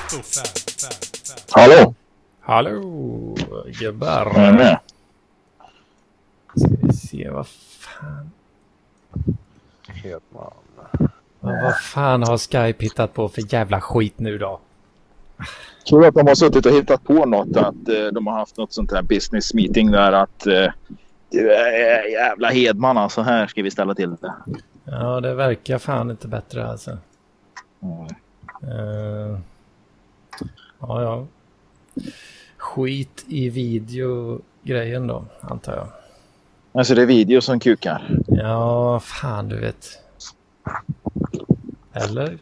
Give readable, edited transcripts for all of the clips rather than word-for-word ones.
Hallå? Hallå, gubbar. Jag är med. Ska vi se, vad fan. Hedman. Vad fan har Skype hittat på för jävla skit nu då? Tror du att de har suttit och hittat på något? Att de har haft något sånt här business meeting där att du är jävla Hedman, alltså här ska vi ställa till det. Ja, det verkar fan inte bättre alltså. Ja. Skit i videogrejen då, antar jag. Alltså det är video som kukar. Ja, fan du vet. Eller?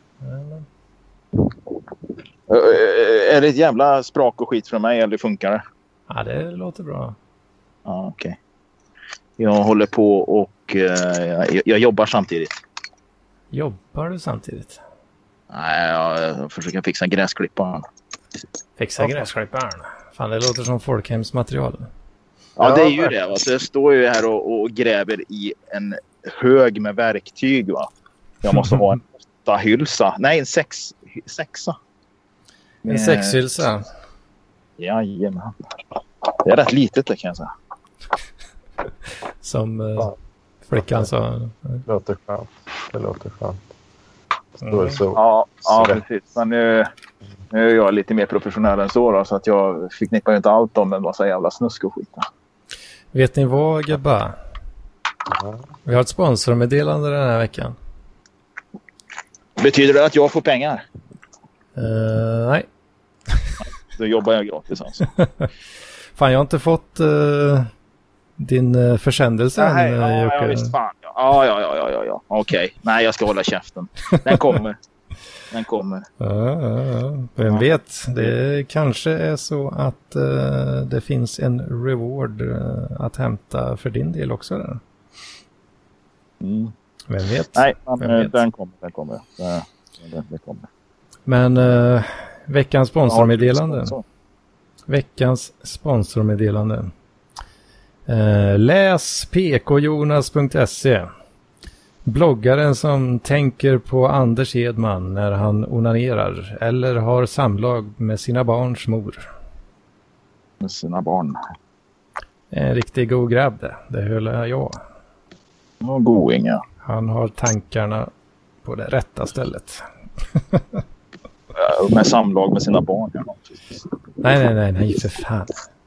Är det ett jävla sprak och skit från mig eller funkar det? Ja, det låter bra. Ja, okej. Jag håller på och jag jobbar samtidigt. Jobbar du samtidigt? Nej, jag försöker fixa gräsklipparen. Fixa gräsklipparen? Fan, det låter som folkhemsmaterial. Ja, det är ju det. Va? Så jag står ju här och gräver i en hög med verktyg. Va? Jag måste ha en 8-hylsa. Nej, en 6-a. En 6-hylsa? Jajamän. Det är rätt litet det kan jag säga. Som flickan sa. Det låter skönt. Står så. Ja, precis. Men nu är jag lite mer professionell än så då, så att jag förknippar inte allt om en massa jävla snusk och skit. Vet ni vad, gubbar? Vi har ett sponsormeddelande den här veckan. Betyder det att jag får pengar? Nej. Då jobbar jag gratis alltså. Fan, jag har inte fått din försändelse än, Jocke. Ja, visst fan. Ja. Okej. Nej, jag ska hålla käften. Den kommer. Ja. Vem vet? Det kanske är så att det finns en reward att hämta för din del också där. Vem vet? Nej, den kommer. Den kommer. Men veckans sponsormeddelande. Veckans sponsormeddelande. Läs pkjonas.se. Bloggaren som tänker på Anders Hedman när han onanerar eller har samlag med sina barns mor. Med sina barn. En riktig god grabb det. Det höll jag. Och goinga. Han har tankarna på det rätta stället. Med samlag med sina barn. Ja. Nej, för fan.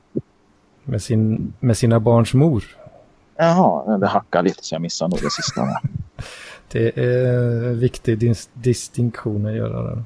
Med sina barns mor. Jaha, det hackar lite så jag missar nog det sista. Det är viktig distinktion att göra det.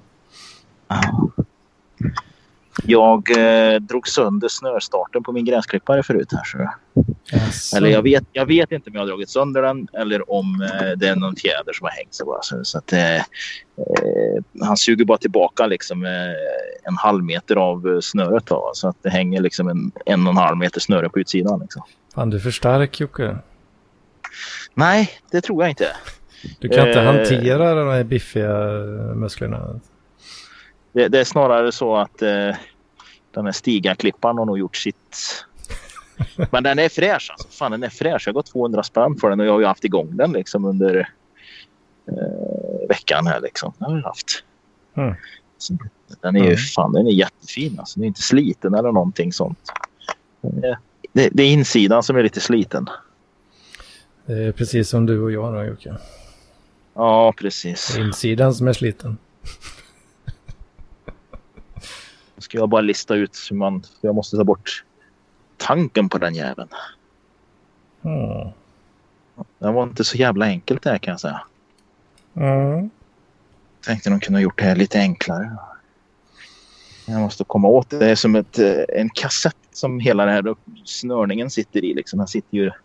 Jag drog sönder snörstarten på min gräsklippare förut här. Så. Yes. Eller jag vet inte om jag har dragit sönder den eller om det är någon fjäder som har hängt sig bara. Så att han suger bara tillbaka liksom en halv meter av snöret då, så att det hänger liksom en 1,5 meter snöre på utsidan liksom. Fan, du är för stark, Jocke. Nej, det tror jag inte. Du kan inte hantera de här biffiga musklerna. Det är snarare så att den här stigarklipparen har nog gjort sitt. Men den är fräsch alltså. Fan, den är fräsch. Jag har gått 200 spänn för den och jag har ju haft igång den liksom under veckan här liksom. Den har jag haft. Så, den är ju den är jättefin alltså. Den är inte sliten eller någonting sånt. Det är insidan som är lite sliten. Det är precis som du och jag då, Jocke. Ja, precis. Det är insidan som är sliten. Ska jag bara lista ut hur jag måste ta bort tanken på den jäveln. Det var inte så jävla enkelt där kan jag säga. Tänkte de kunde ha gjort det här lite enklare. Jag måste komma åt det. Det är som en kassett som hela den här snörningen sitter i. Liksom. Den sitter ju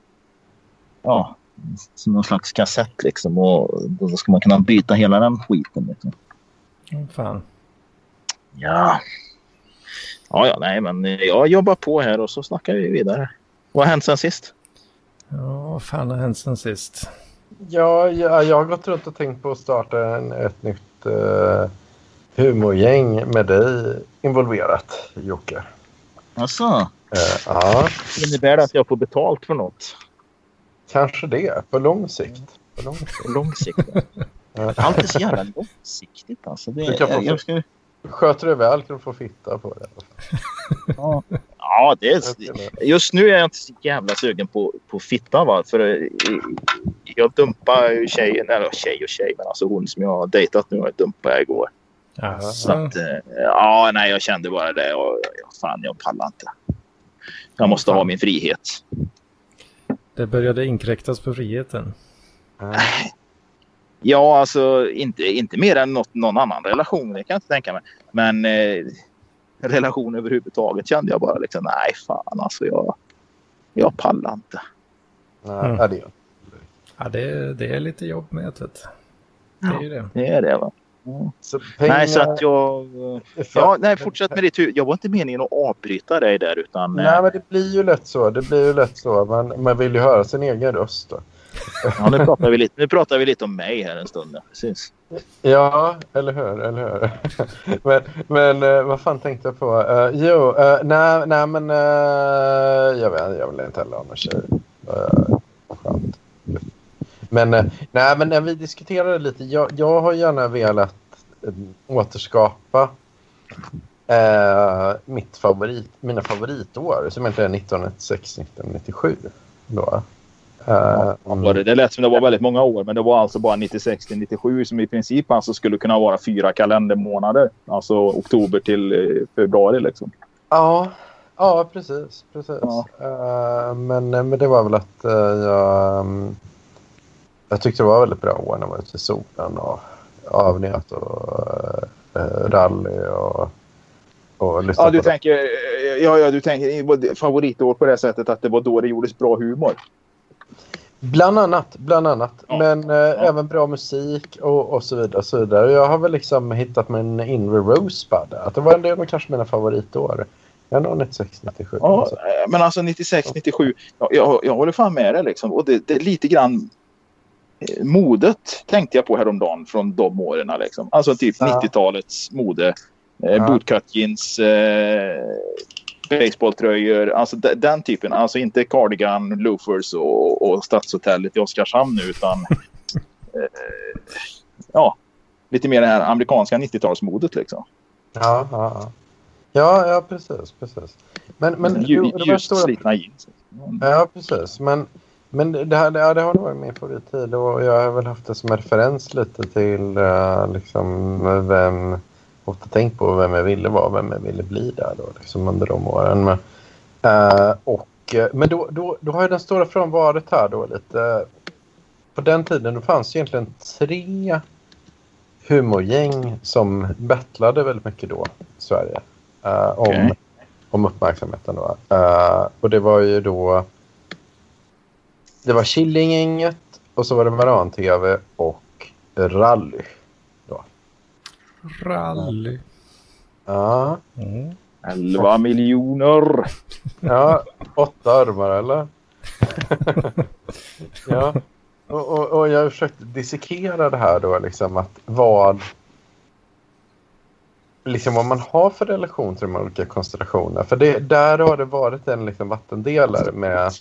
som någon slags kassett liksom. Och då ska man kunna byta hela den skiten. Liksom. Fan. Ja, nej men jag jobbar på här och så snackar vi vidare. Vad har hänt sen sist? Ja, fan har hänt sen sist? Ja, jag har gått runt och tänkt på att starta ett nytt humorgäng med dig involverat, Jocke. Asså? Ja. Innebär det att jag får betalt för något? Kanske det, på lång sikt. På lång sikt. Allt är så jävla långsiktigt alltså. Sköter du väl kan du få fitta på det. Ja, just nu är jag inte så jävla sugen på fitta, va? För jag dumpar tjejen, eller tjej, men alltså hon som jag har dejtat nu, jag dumpade igår. Så att, jag kände bara det och jag pallar inte. Jag måste ha min frihet. Det började inkräktas på friheten. Ja, alltså inte mer än någon annan relation, det kan jag inte tänka mig. Men relation överhuvudtaget kände jag bara liksom, nej fan, alltså jag pallar inte. Det är lite jobb med det. Det är ju det. Det är det, va? Så pengar... Nej, så att fortsätt med det. Jag var inte meningen att avbryta dig där, utan... Nej, men det blir ju lätt så. Man vill ju höra sin egen röst då. Ja, nu pratar vi lite om mig här en stund. Precis. Ja, eller hur? men vad fan tänkte jag på? Jag vill inte heller ha någon tjej. Skönt. Men när vi diskuterade lite, jag har gärna velat återskapa mina favoritår som inte är 1996-1997 då. Det lät som det var väldigt många år, men det var alltså bara 96-97 som i princip alltså skulle kunna vara 4 kalendermånader, alltså oktober till februari liksom. Ja, precis. Ja. Men det var väl att jag tyckte det var väldigt bra år när man var ute i solen och avnjöt och rally och lyssna på du tänker favoritår på det sättet att det var då det gjordes bra humor. Bland annat. Ja. Men även bra musik och så vidare. Så vidare. Jag har väl liksom hittat min inre Rosebud. Att det var en del av kanske mina favoritår. Jag når 96-97. Ja, men alltså 96-97. Jag håller fan med det liksom. Och det är lite grann modet tänkte jag på häromdagen från de åren liksom. Alltså typ 90-talets mode. Bootcut jeans, baseballtröjor, alltså den typen, alltså inte cardigan, loafers och Stadshotellet i Oskarshamn nu, utan lite mer det här amerikanska 90-talsmodet liksom. Ja, precis. Men just slitna jeans. Ja, precis. Men det har nog varit min favorittid och jag har väl haft det som en referens lite till liksom vem ofta tänkt på vem jag ville vara, vem jag ville bli där då, liksom under de åren. Men då har ju den stora frågan varit här då lite. På den tiden då fanns egentligen 3 humorgäng som battlade väldigt mycket då i Sverige om uppmärksamheten då. Och det var ju då det var Killinggänget och så var det Varan-TV och Rally. Rally. Ja. 11 miljoner. Ja, 8 armar eller? Ja. Och jag har försökt dissekera det här då liksom att vad man har för relation till de olika konstellationerna. För där har det varit en liksom vattendelare med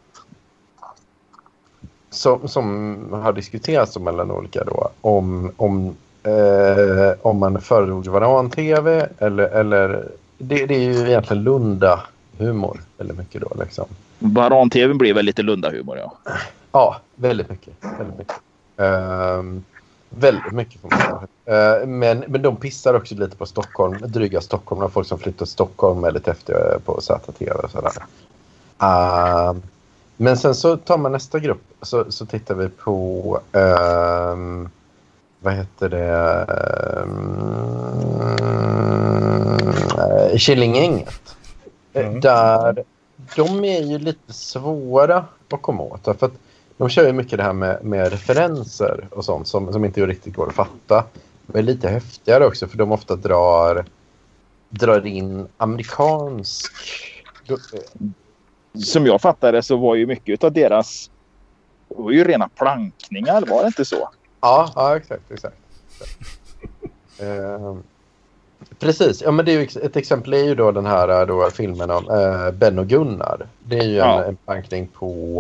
som har diskuterats mellan olika då om man föredrog Varan-TV eller det är ju egentligen Lunda-humor väldigt mycket då liksom. Varan-TV blir väl lite Lunda-humor, ja. Ja, väldigt mycket. Väldigt mycket får man säga. Men de pissar också lite på Stockholm, dryga Stockholm, folk som flyttar till Stockholm eller efter på ZTV och sådär. Men sen så tar man nästa grupp så tittar vi på vad heter det? Killinggänget. Där de är ju lite svåra att komma åt. För att de kör ju mycket det här med referenser och sånt som inte riktigt går att fatta. Men lite häftigare också för de ofta drar in amerikansk... Som jag fattade så var ju mycket av deras... Det var ju rena plankningar, var det inte så? Ja, exakt. Precis, ja men det är ju ett exempel är ju då den här då filmen om Ben och Gunnar. Det är ju en plankning på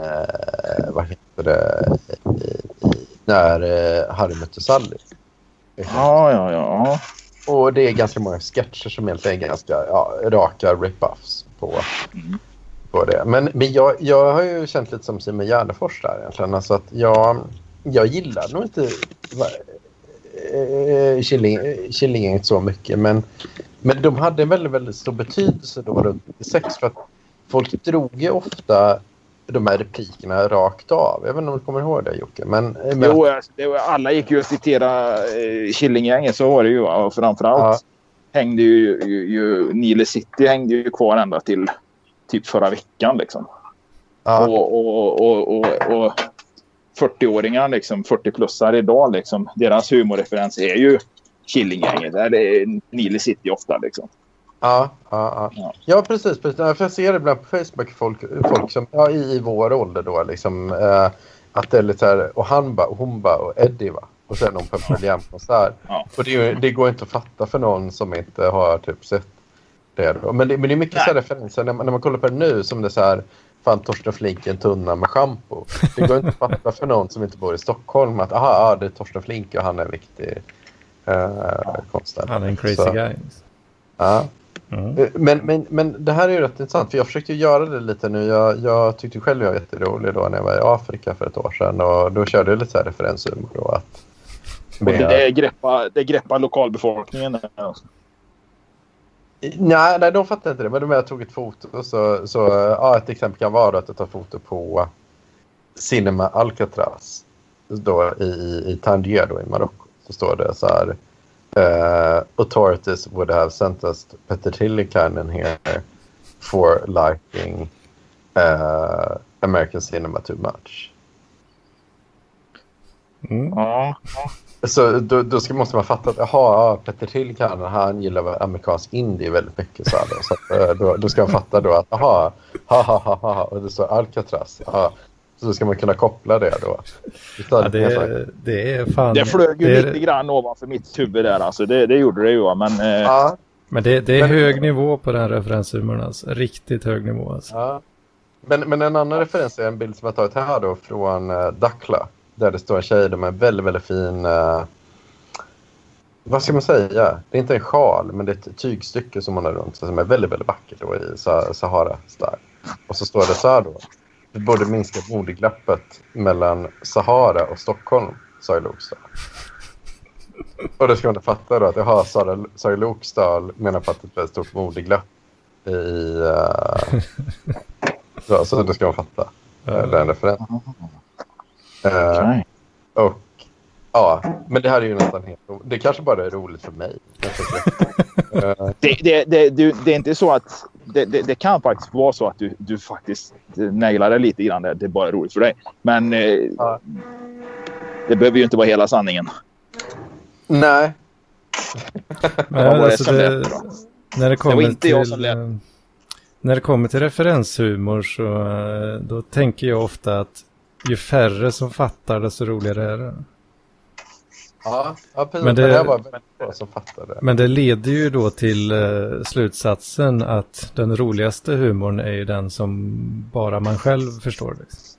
vad heter det när Harry mötte Sally. Ja. Och det är ganska många sketcher som egentligen är ganska raka rip-offs på det. Men jag har ju känt lite som Simon Gärdenfors där egentligen. Alltså att jag gillar nog inte Killinggänget så mycket. Men de hade en väldigt, väldigt stor betydelse då runt 96 för att folk drog ju ofta de här replikerna rakt av. Jag vet inte om du kommer ihåg det, Jocke. Men alla gick ju att citera Killinggänget, så var det ju. Och framförallt hängde ju Nile City hängde ju kvar ända till typ förra veckan liksom. Ja. Och 40-åringar liksom, 40-plussare idag liksom, deras humorreferens är ju Killinggänget. Det är Nile City ofta liksom. Ja, precis. För jag ser det ibland på Facebook folk som i vår ålder då liksom att det är lite så här, och hon och Eddie va. Och sen någon Peppar Jam-konsert. Ja. Och det går inte att fatta för någon som inte har typ sett det då. Men det är mycket så här referenser när man kollar på det nu som det är så här, fan Torsten Flink en tunna med shampoo. Det går inte att fatta för någon som inte bor i Stockholm att det är Torsten Flink och han är en viktig konstnär. Han är en crazy guy. Ja. Men det här är ju rätt intressant för jag försökte göra det lite nu. Jag tyckte själv jag var jätterolig då när jag var i Afrika för ett år sedan och då körde jag lite så här referenshumor då att det greppar lokalbefolkningen alltså. Nej, de fattar inte det. Men jag tog ett foto så ett exempel kan vara att jag tar foto på Cinema Alcatraz då i Tangier då i Marocko. Så står det så här authorities would have sentenced Petter Tillikainen here for liking American cinema too much. Så då måste man fatta att Petter Tillikainen han gillar amerikansk indie väldigt mycket så då ska man fatta då att och det står Alcatraz. Så ska man kunna koppla det då. Det är fan... Det flög ju lite grann ovanför mitt huvud där. Alltså. Det gjorde det ju. Men det är hög nivå på den referenshumorn. Alltså. Riktigt hög nivå. Alltså. Ja. Men en annan referens är en bild som jag tagit här då från Dakhla. Där det står en tjej med en väldigt, väldigt fin... vad ska man säga? Det är inte en sjal, men det är ett tygstycke som hon har runt sig som är väldigt, väldigt vackert då i Sahara-style. Och så står det så här då. Vi borde minska modeglappet mellan Sahara och Stockholm, sa Lokstad. Och då ska man fatta då att sa Lokstad menar på att det är ett stort modeglapp i... så då ska man fatta den referensen. Okay. Och men det här är ju nästan helt... Det kanske bara är roligt för mig. Det är inte så att... Det kan faktiskt vara så att du faktiskt nailar det lite grann. Det är bara roligt för dig. Men det behöver ju inte vara hela sanningen. Nej. Men alltså när det kommer till referenshumor så då tänker jag ofta att ju färre som fattar det så roligare är det. Ja, precis. Men det var väldigt bra som fattade det. Men det leder ju då till slutsatsen att den roligaste humorn är ju den som bara man själv förstår.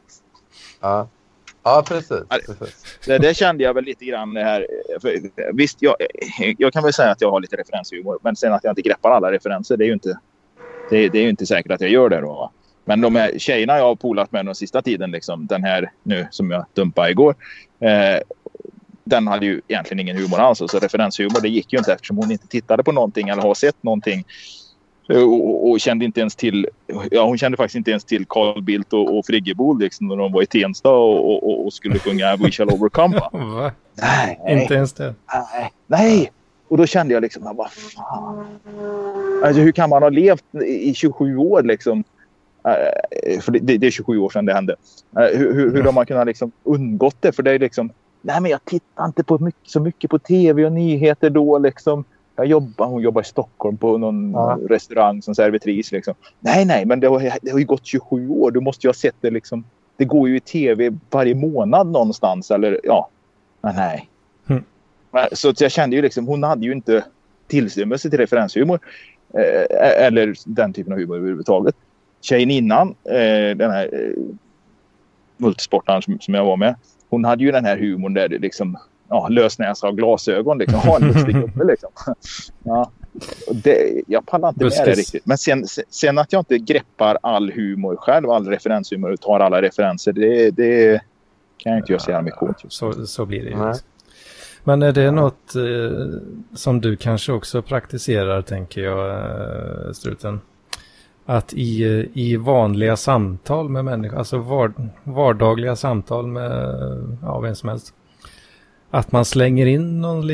Ja, precis. Det kände jag väl lite grann det här. Visst, jag kan väl säga att jag har lite referenshumor. Men sen att jag inte greppar alla referenser, det är ju inte säkert att jag gör det då. Va? Men de här tjejerna jag har polat med den sista tiden, liksom, den här nu som jag dumpade igår, den hade ju egentligen ingen humor alls. Så referenshumor, det gick ju inte eftersom hon inte tittade på någonting eller har sett någonting. Och kände inte ens till... Ja, hon kände faktiskt inte ens till Carl Bildt och Friggebo liksom, när de var i Tensta och skulle sjunga We Shall Overcome. Va? Nej. Inte ens det? Nej. Och då kände jag liksom, vad fan? Alltså, hur kan man ha levt i 27 år liksom? För det är 27 år sedan det hände. Hur har man kunnat liksom undgått det? För det är liksom... Nej, men jag tittar inte på så mycket på tv och nyheter då liksom. Hon jobbar i Stockholm på någon restaurang som servitris liksom. Nej, men det har ju gått 27 år. Du måste ju ha sett det liksom. Det går ju i tv varje månad någonstans eller nej. Så jag kände ju liksom, hon hade ju inte tillstymmelse till referenshumor eller den typen av humor överhuvudtaget. Tjejen innan den här multisportaren som jag var med, hon hade ju den här humorn där det liksom lösnäsa och glasögon liksom. Ha en lustig gubbe liksom. Ja. Jag pallar inte med det riktigt. Men sen att jag inte greppar all humor själv, all referenshumor och tar alla referenser, det kan jag inte göra så jävla mycket åt. Så blir det ju. Men är det något som du kanske också praktiserar, tänker jag, Struten? Att i vanliga samtal med människor, alltså vardagliga samtal med vem som helst, att man slänger in någon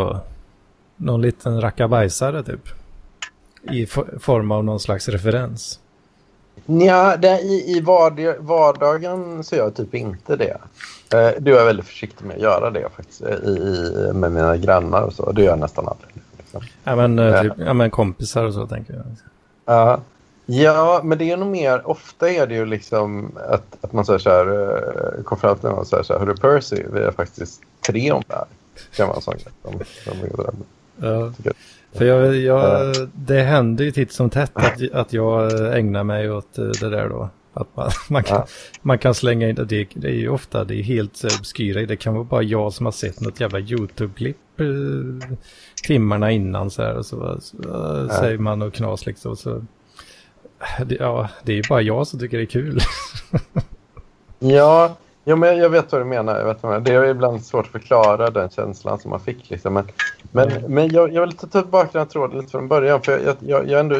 liten rackabajsare typ i form av någon slags referens. Ja, i vardagen så gör jag typ inte det. Du är väldigt försiktig med att göra det faktiskt med mina grannar och så. Det gör jag nästan aldrig. Liksom. Men kompisar och så, tänker jag. Ja, men det är nog mer, ofta är det ju liksom att man så här kommer fram till någon och säger så här, hörru Percy, vi är faktiskt 3 om det här. Kan man säga. Ja, för det händer ju titt som tätt att jag ägnar mig åt det där då. Att man kan slänga in det är ju ofta, det är helt obskyra. Det kan vara bara jag som har sett något jävla YouTube-klipp timmarna innan så här, och så säger man och knas liksom. Så, det är ju bara jag som tycker det är kul. Ja, men jag vet vad du menar. Det är ibland svårt att förklara den känslan som man fick. Liksom. Men jag vill ta tillbaka den tråden lite från början. För jag ändå...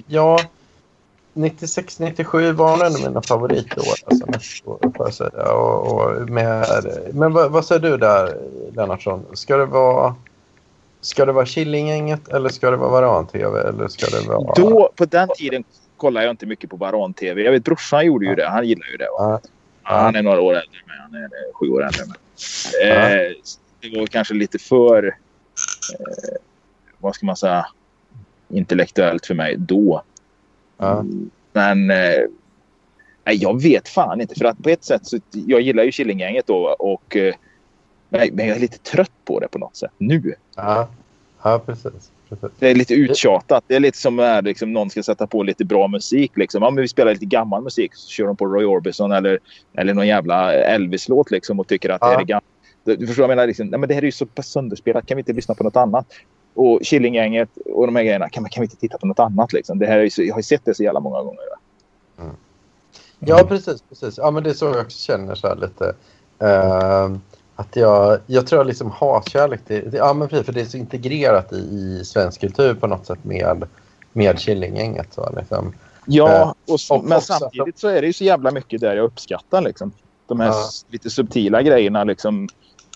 96-97 var ändå mina favoritår. Alltså, får jag säga. Men vad säger du där, Lennartsson? Ska det vara Killinggänget eller ska det vara Varan-TV? Eller ska det vara... Då, på den tiden kollar jag inte mycket på Varan-TV. Jag vet, brorsan gjorde ju det. Han gillar ju det. Han är några år äldre med. Han är 7 år äldre med. Det var kanske lite för vad ska man säga, intellektuellt för mig då. Men jag vet fan inte, för att på ett sätt så jag gillar ju Killinggänget då och men jag är lite trött på det på något sätt nu. Ja, precis. Det är lite uttjatat. Det är lite som liksom, någon ska sätta på lite bra musik liksom. Men vi spelar lite gammal musik så kör de på Roy Orbison eller någon jävla Elvis-låt liksom och tycker att det är gammalt. Du förstår vad jag menar liksom, nej men det här är ju så sönderspelat, kan vi inte lyssna på något annat? Och Killinggänget och de här grejerna, kan vi inte titta på något annat liksom? Det här är ju så, jag har ju sett det så jävla många gånger. Ja, precis. Ja, men det är så jag också känner så här lite. Att jag tror liksom hatkärlek till, ja men precis, för det är så integrerat i svensk kultur på något sätt med Killinggänget så liksom. Ja, men samtidigt så är det ju så jävla mycket där jag uppskattar liksom. De här lite subtila grejerna liksom.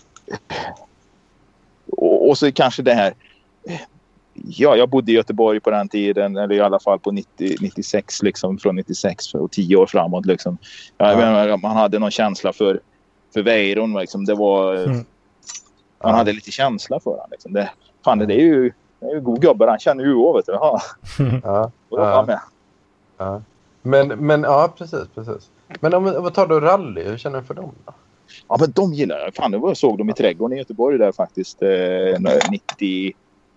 Och så kanske det här, jag bodde i Göteborg på den tiden, eller i alla fall på 96 liksom, från 96 och 10 år framåt liksom. Man hade någon känsla för Weiron liksom. Det var man hade lite känsla för han liksom. Det är ju god gubbar, han känner ju vet du. Men ja, precis. Men om tar du rally, hur känner du för dem då? Ja, men de gillar jag. Fan, jag såg dem i trädgården i Göteborg där faktiskt 90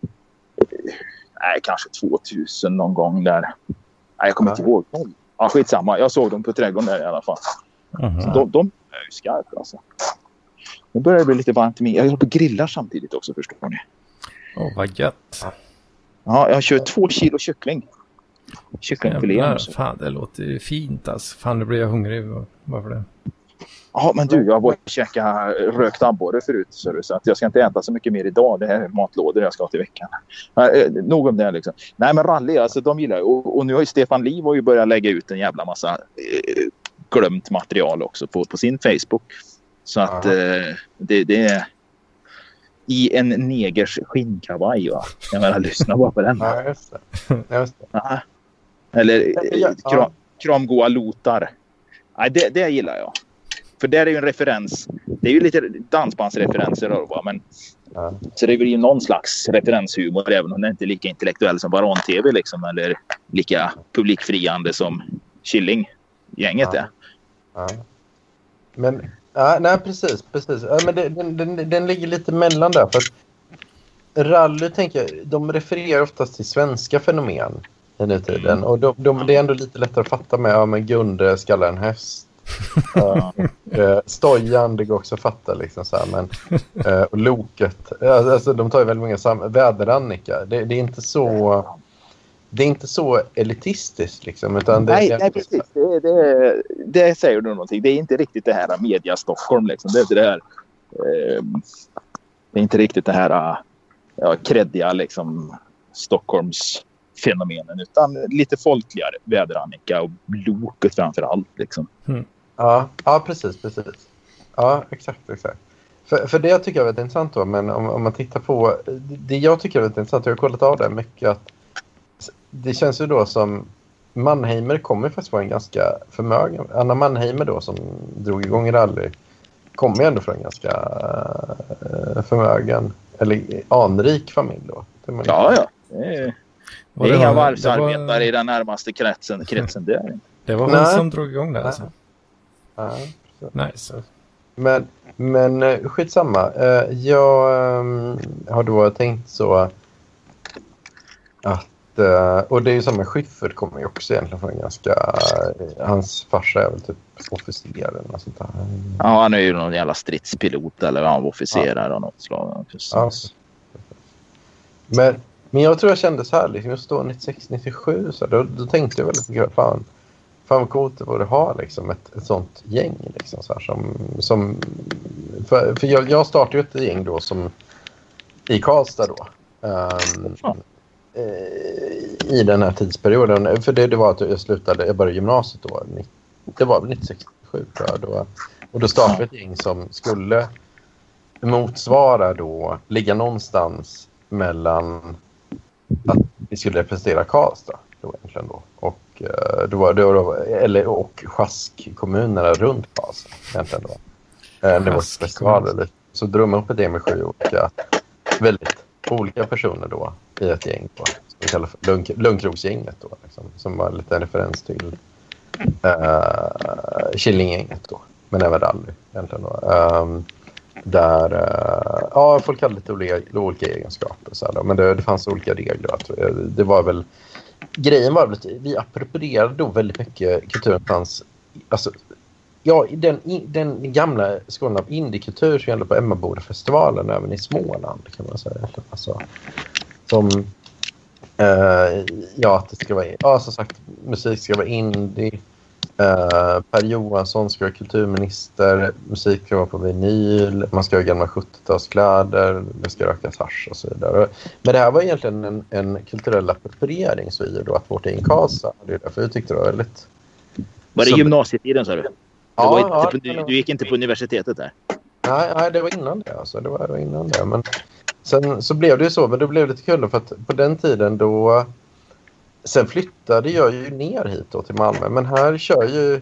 kanske 2000 någon gång där. Nej, jag kommer inte ihåg. Ja, skitsamma. Jag såg dem på trädgården där i alla fall. Så de är ju skarpa alltså. Nu börjar det bli lite varmt i mig. Jag håller på grillar samtidigt också, förstår ni. Vad gött. Ja, jag kör 2 kilo kyckling. Kycklingfilé. Fan, det låter ju fint alltså. Fan, nu blir jag hungrig. Varför det? Ja, men du, jag har varit och käka rökt abborre förut så att jag ska inte äta så mycket mer idag. Det här är matlådor jag ska ha till veckan. Nog om det liksom. Nej, men rally, alltså de gillar och nu har ju Stefan Liv ju börjat lägga ut en jävla massa glömt material också på sin Facebook. Så att det är i en negers skinnkavaj, va? Jag menar, lyssna bara på den. Ja, just det. Eller kramgoa lotar. Nej, det gillar jag. För där är ju en referens. Det är ju lite dansbandsreferenser då, va? Men så det blir ju någon slags referenshumor, även om den inte är lika intellektuell som Varan-TV liksom, eller lika publikfriande som Killinggänget är. Men nej, precis. Ja, men den ligger lite mellan där, för att rally, tänker jag, de refererar oftast till svenska fenomen i nutiden. Och det är ändå lite lättare att fatta med Gunde skallar en häst Stojan, det går också att fatta liksom så här, men och loket, alltså de tar ju väldigt många väderannika. Det är inte så elitistiskt liksom, utan nej, precis. Det säger du någonting. Det är inte riktigt det här media Stockholm liksom. Det är inte det här. Det är inte riktigt det här kreddiga liksom Stockholms fenomenen, utan lite folkligare väderannika och loket framför allt liksom. Ja, precis. Ja, exakt. För det jag tycker är väldigt intressant då, men om man tittar på det jag tycker är väldigt intressant, jag har kollat av det mycket, att det känns ju då som Mannheimer kommer faktiskt vara en ganska förmögen. Anna Mannheimer då, som drog igång rally, kommer ju ändå från en ganska förmögen eller anrik familj då. Ja. Det är inga varvsarbetare i den närmaste kretsen där. Det var hon som drog igång det alltså. Ja, nice. Men skitsamma. Jag har då tänkt så att och det är ju samma, Schyffert kommer ju också egentligen från en ganska, hans farsa är väl typ officer eller något sånt där. Ja, han är ju någon jävla stridspilot eller han var officerare av något slag. Ja. Men jag tror jag kände så här liksom, just då 96-97 så då tänkte jag väldigt mycket, fan vad coolt det vore att ha liksom ett sånt gäng liksom så här, som för jag startade ju ett gäng då som i Karlstad då. I den här tidsperioden, för det var att jag började gymnasiet då, det var väl 1967 då, och då startade ett gäng som skulle motsvara då, ligga någonstans mellan att vi skulle representera Karlstad då egentligen då, och och Sjask-kommunerna runt Karlstad egentligen då. Det var festivaler, så drog man upp ett gäng med 7 olika väldigt olika personer då i ett gäng då, som vi kallar för Lundkrogsgänget då liksom, som var lite en referens till Killinggänget då, men även rally egentligen då, där folk hade lite olika egenskaper så här då, men det fanns olika regler. Det var väl, grejen var väl att vi approprierade då väldigt mycket, kulturen fanns, alltså i den gamla skolan av indiekultur som gällde på Emmabodafestivalen även i Småland kan man säga. Alltså, som att det ska vara, som sagt, musik ska vara indie. Per Johansson ska vara kulturminister, musik ska vara på vinyl, man ska ha gamla 70-talskläder, det ska rökas hasch och så vidare. Men det här var egentligen en kulturell appropriering, så i då att vårt inkasa, det är därför jag tyckte det var väldigt... Var det gymnasietiden sa du? Du gick inte på universitetet där? Nej, det var innan det alltså. Det var innan det, men sen så blev det ju så, men då blev det lite kul för att på den tiden då, sen flyttade jag ju ner hit då till Malmö, men här kör ju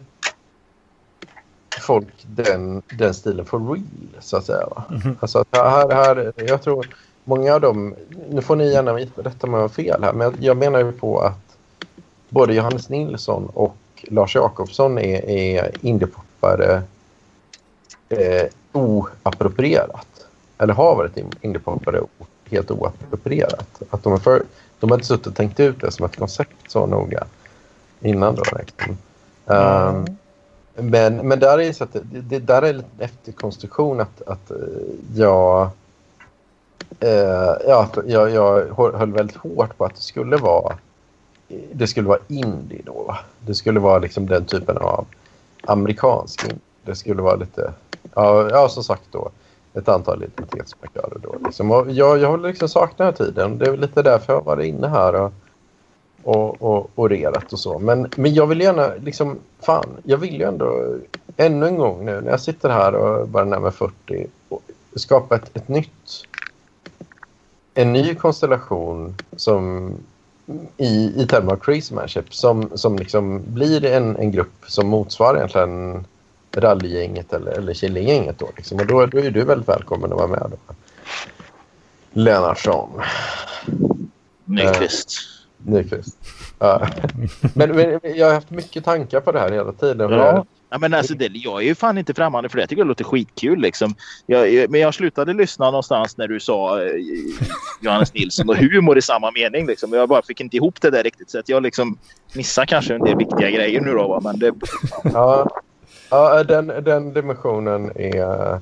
folk den stilen for real så att säga va? Alltså att här jag tror många av dem, nu får ni gärna veta detta om jag har fel här, men jag menar ju på att både Johannes Nilsson och Lars Jakobsson är indiepoppare oapproprierat. Eller har varit indiepoppare helt oapproprierat. Att de hade suttit och tänkt ut det som ett koncept så noga innan då. Men där är så att det där är lite efterkonstruktion att jag höll väldigt hårt på att det skulle vara indie då, va? Det skulle vara liksom den typen av amerikansk indie. Det skulle vara lite, som sagt då, ett antal identitetsmarkörer då. Liksom. Och jag håller liksom saknat den här tiden. Det är väl lite därför jag var inne här och rerat och så. Men jag vill gärna, liksom, jag vill ju ändå ännu en gång nu när jag sitter här och bara närmare 40 och skapa en ny konstellation som i termer av crazy manship som liksom blir en grupp som motsvarar egentligen rallygänget eller Killinggänget då liksom. Och då är du väldigt välkommen att vara med då. Lennartsson. Nyqvist. Men jag har haft mycket tankar på det här hela tiden. Ja, men alltså jag är ju fan inte främmande för det. Jag tycker det låter skitkul liksom. Men jag slutade lyssna någonstans när du sa Johannes Nilsson och humor i samma mening liksom. Jag bara fick inte ihop det där riktigt, så att jag liksom missar kanske en del viktiga grejer nu då, va? Men det... Ja, den dimensionen är...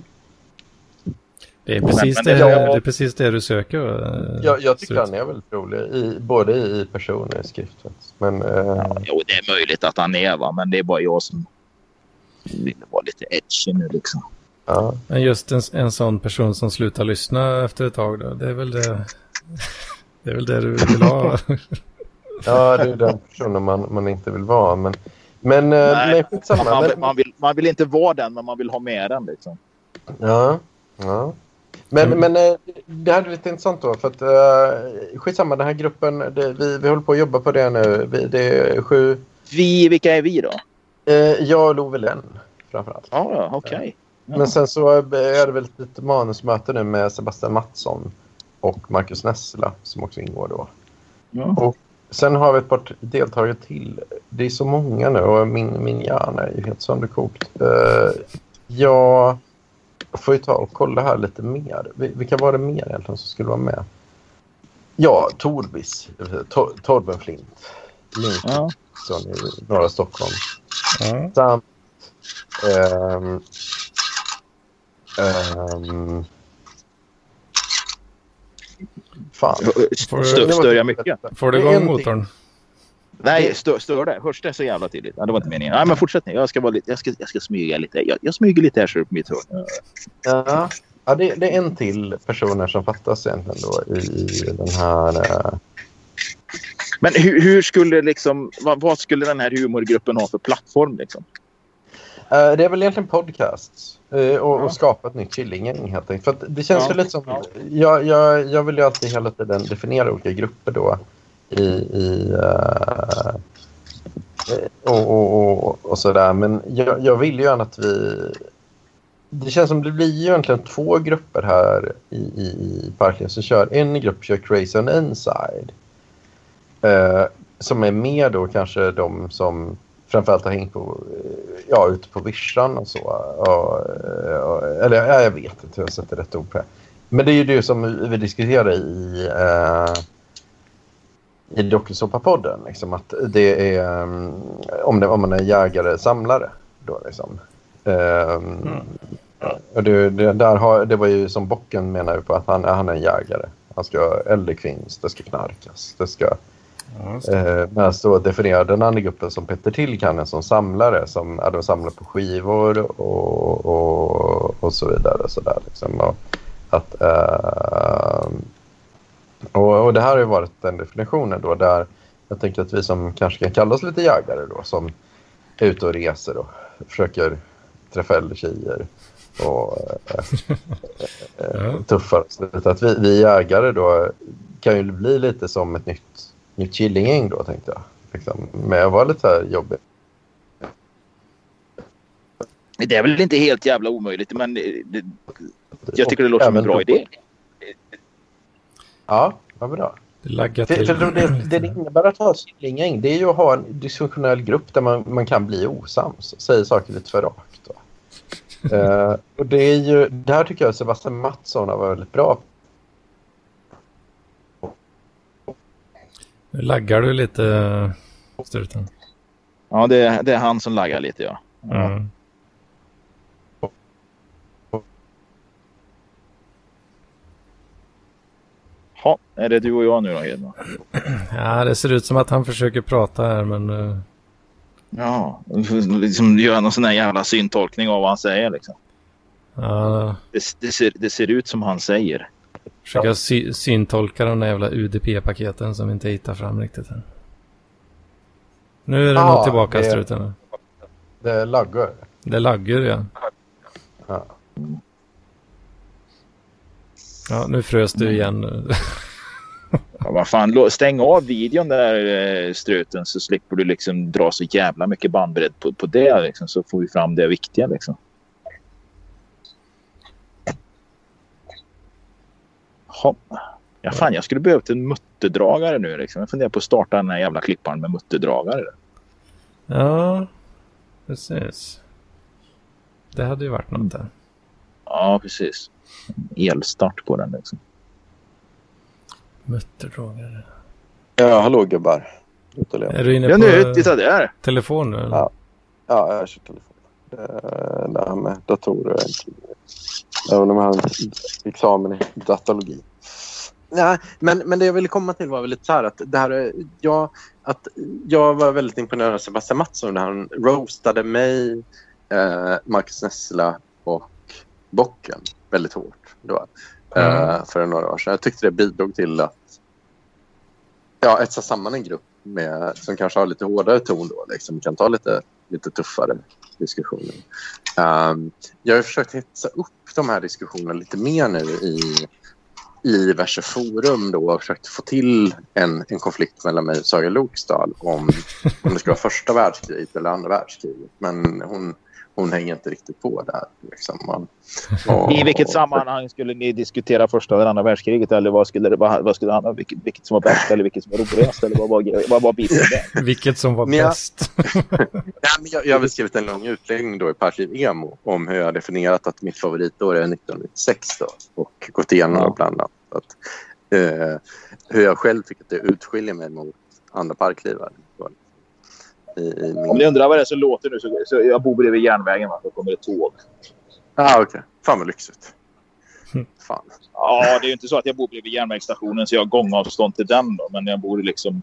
Det är precis det du söker. Jag tycker han är väldigt rolig, både i person och i skrift. Men, jo, det är möjligt att han är, va? Men det är bara jag som vill vara lite edgy nu liksom. Ja. Men just en sån person som slutar lyssna efter ett tag då, det är väl det du vill ha. Ja, det är den personen man inte vill vara. Men Nej, skitsamma. Man vill inte vara den, men man vill ha med den liksom. Ja. Men det här är lite intressant då, för att skitsamma, den här gruppen, vi håller på att jobba på det nu. Det är 7... Vilka är vi då? Jag och Love Lenn framförallt. Ja, okej. Ja. Men sen så är det väl ett manusmöte nu med Sebastian Mattsson och Marcus Nessla som också ingår då. Ja. Och sen har vi ett par deltagare till. Det är så många nu och min hjärna är ju helt sönderkokt. Jag får ju ta och kolla här lite mer. Vilka var det mer egentligen som skulle vara med? Ja, Torbis. Torben Flint. Lincoln i norra Stockholm. Ja. Samt fan. Stör jag mycket? Får du igång motorn? Nej, stör det. Hörs det så jävla tydligt? Ja, det var inte meningen. Nej, men fortsätt nu. Jag ska smyga lite. Jag smyger lite här så på mitt hörn. Ja, det är en till personer som fattas egentligen då i den här... Men hur skulle liksom... Vad skulle den här humorgruppen ha för plattform liksom? Det är väl egentligen podcasts och skapa ett nytt Killinggäng helt enkelt. För att det känns väl lite som... Jag vill ju alltid hela tiden definiera olika grupper då och sådär. Men jag vill ju gärna att vi... Det känns som det blir ju egentligen 2 grupper här i Parkliv som kör. En grupp kör Crazy on Inside. Som är mer då kanske de som framförallt har hängt på ute på vischan och så. Eller jag vet inte hur jag sätter rätt ord på det. Men det är ju det som vi diskuterade i Dokusåpa-podden. Liksom, att det är om man är jägare, samlare då liksom. Och det var ju som Bocken menar på att han är en jägare. Han ska eldekvinns, det ska knarkas, det ska... Men så definierar den andra gruppen som Petter Tillkannen som samlare, som de samlar på skivor och så vidare och så där liksom. Och det här har ju varit den definitionen då, där jag tänker att vi som kanske kan kalla oss lite jägare då, som är ute och reser och försöker träffa äldre tjejer och tuffare. Så att vi jägare då kan ju bli lite som ett nytt Killinggäng då, tänkte jag. Liksom, men jag var lite här jobbig. Det är väl inte helt jävla omöjligt, men jag tycker det låter som en bra idé. Ja, vad bra. Det innebär att ha ett Killinggäng, det är ju att ha en dysfunktionell grupp där man kan bli osams. Säger saker lite för rakt. Och det är ju, där tycker jag Sebastian Mattsson var väldigt bra. Nu laggar du lite, Struten. Ja, det är han som laggar lite, ja. Mm. Ja, är det du och jag nu då, Hedman? Ja, det ser ut som att han försöker prata här, men... Ja, liksom göra någon sån här jävla syntolkning av vad han säger liksom. Ja. Det ser ut som han säger. Försöka syntolka de där jävla UDP-paketen som inte hittar fram riktigt än. Nu är det nog tillbaka, Struten. Det laggar. Det laggar, ja. Ja, nu frös du igen. Ja, vad fan, stäng av videon där, Struten, så slipper du liksom dra så jävla mycket bandbredd på det liksom, så får vi fram det viktiga liksom. Ja, fan, jag skulle behövt en mutterdragare nu liksom. Jag funderar på att starta den här jävla klippan med mutterdragare. Ja, precis. Det hade ju varit något där. Ja, precis. Elstart på den liksom. Mutterdragare. Ja, hallå gubbar. Är du inne på där. telefon nu? Eller? Ja, jag kör telefon. det här med datorer. Även om jag har examen i datalogi. Nej, men det jag ville komma till var väl lite så här att det här, jag var väldigt imponerad av Sebastian Mattsson när han roastade mig, Marcus Nessla och Bocken väldigt hårt då, för några år sedan. Jag tyckte det bidrog till att etsa samman en grupp som kanske har lite hårdare ton då, liksom kan ta lite tuffare diskussioner. Jag har försökt hetsa upp de här diskussionerna lite mer nu i diverse forum då och försökt få till en konflikt mellan mig och Saga Loksdahl om det ska vara första världskriget eller andra världskriget. Men hon hänger inte riktigt på där. Liksom. I vilket sammanhang skulle ni diskutera första eller andra världskriget? Eller vad skulle handla om? Vilket som var bäst eller vilket som var roligast? Eller vad var biten där? Vilket som var bäst? Jag har skrivit en lång utläggning då i Parkliv Emo om hur jag har definierat att mitt favoritår är 1996 då, och gått igenom bland annat hur jag själv fick att det utskiljer mig mot andra parklivare. Om ni undrar vad det är så låter nu så jag bor bredvid järnvägen, va? Då kommer det tåg. Okej. Fan vad lyxigt. Fan. Ja, det är ju inte så att jag bor bredvid järnvägsstationen så jag har gångavstånd till den då, men jag bor liksom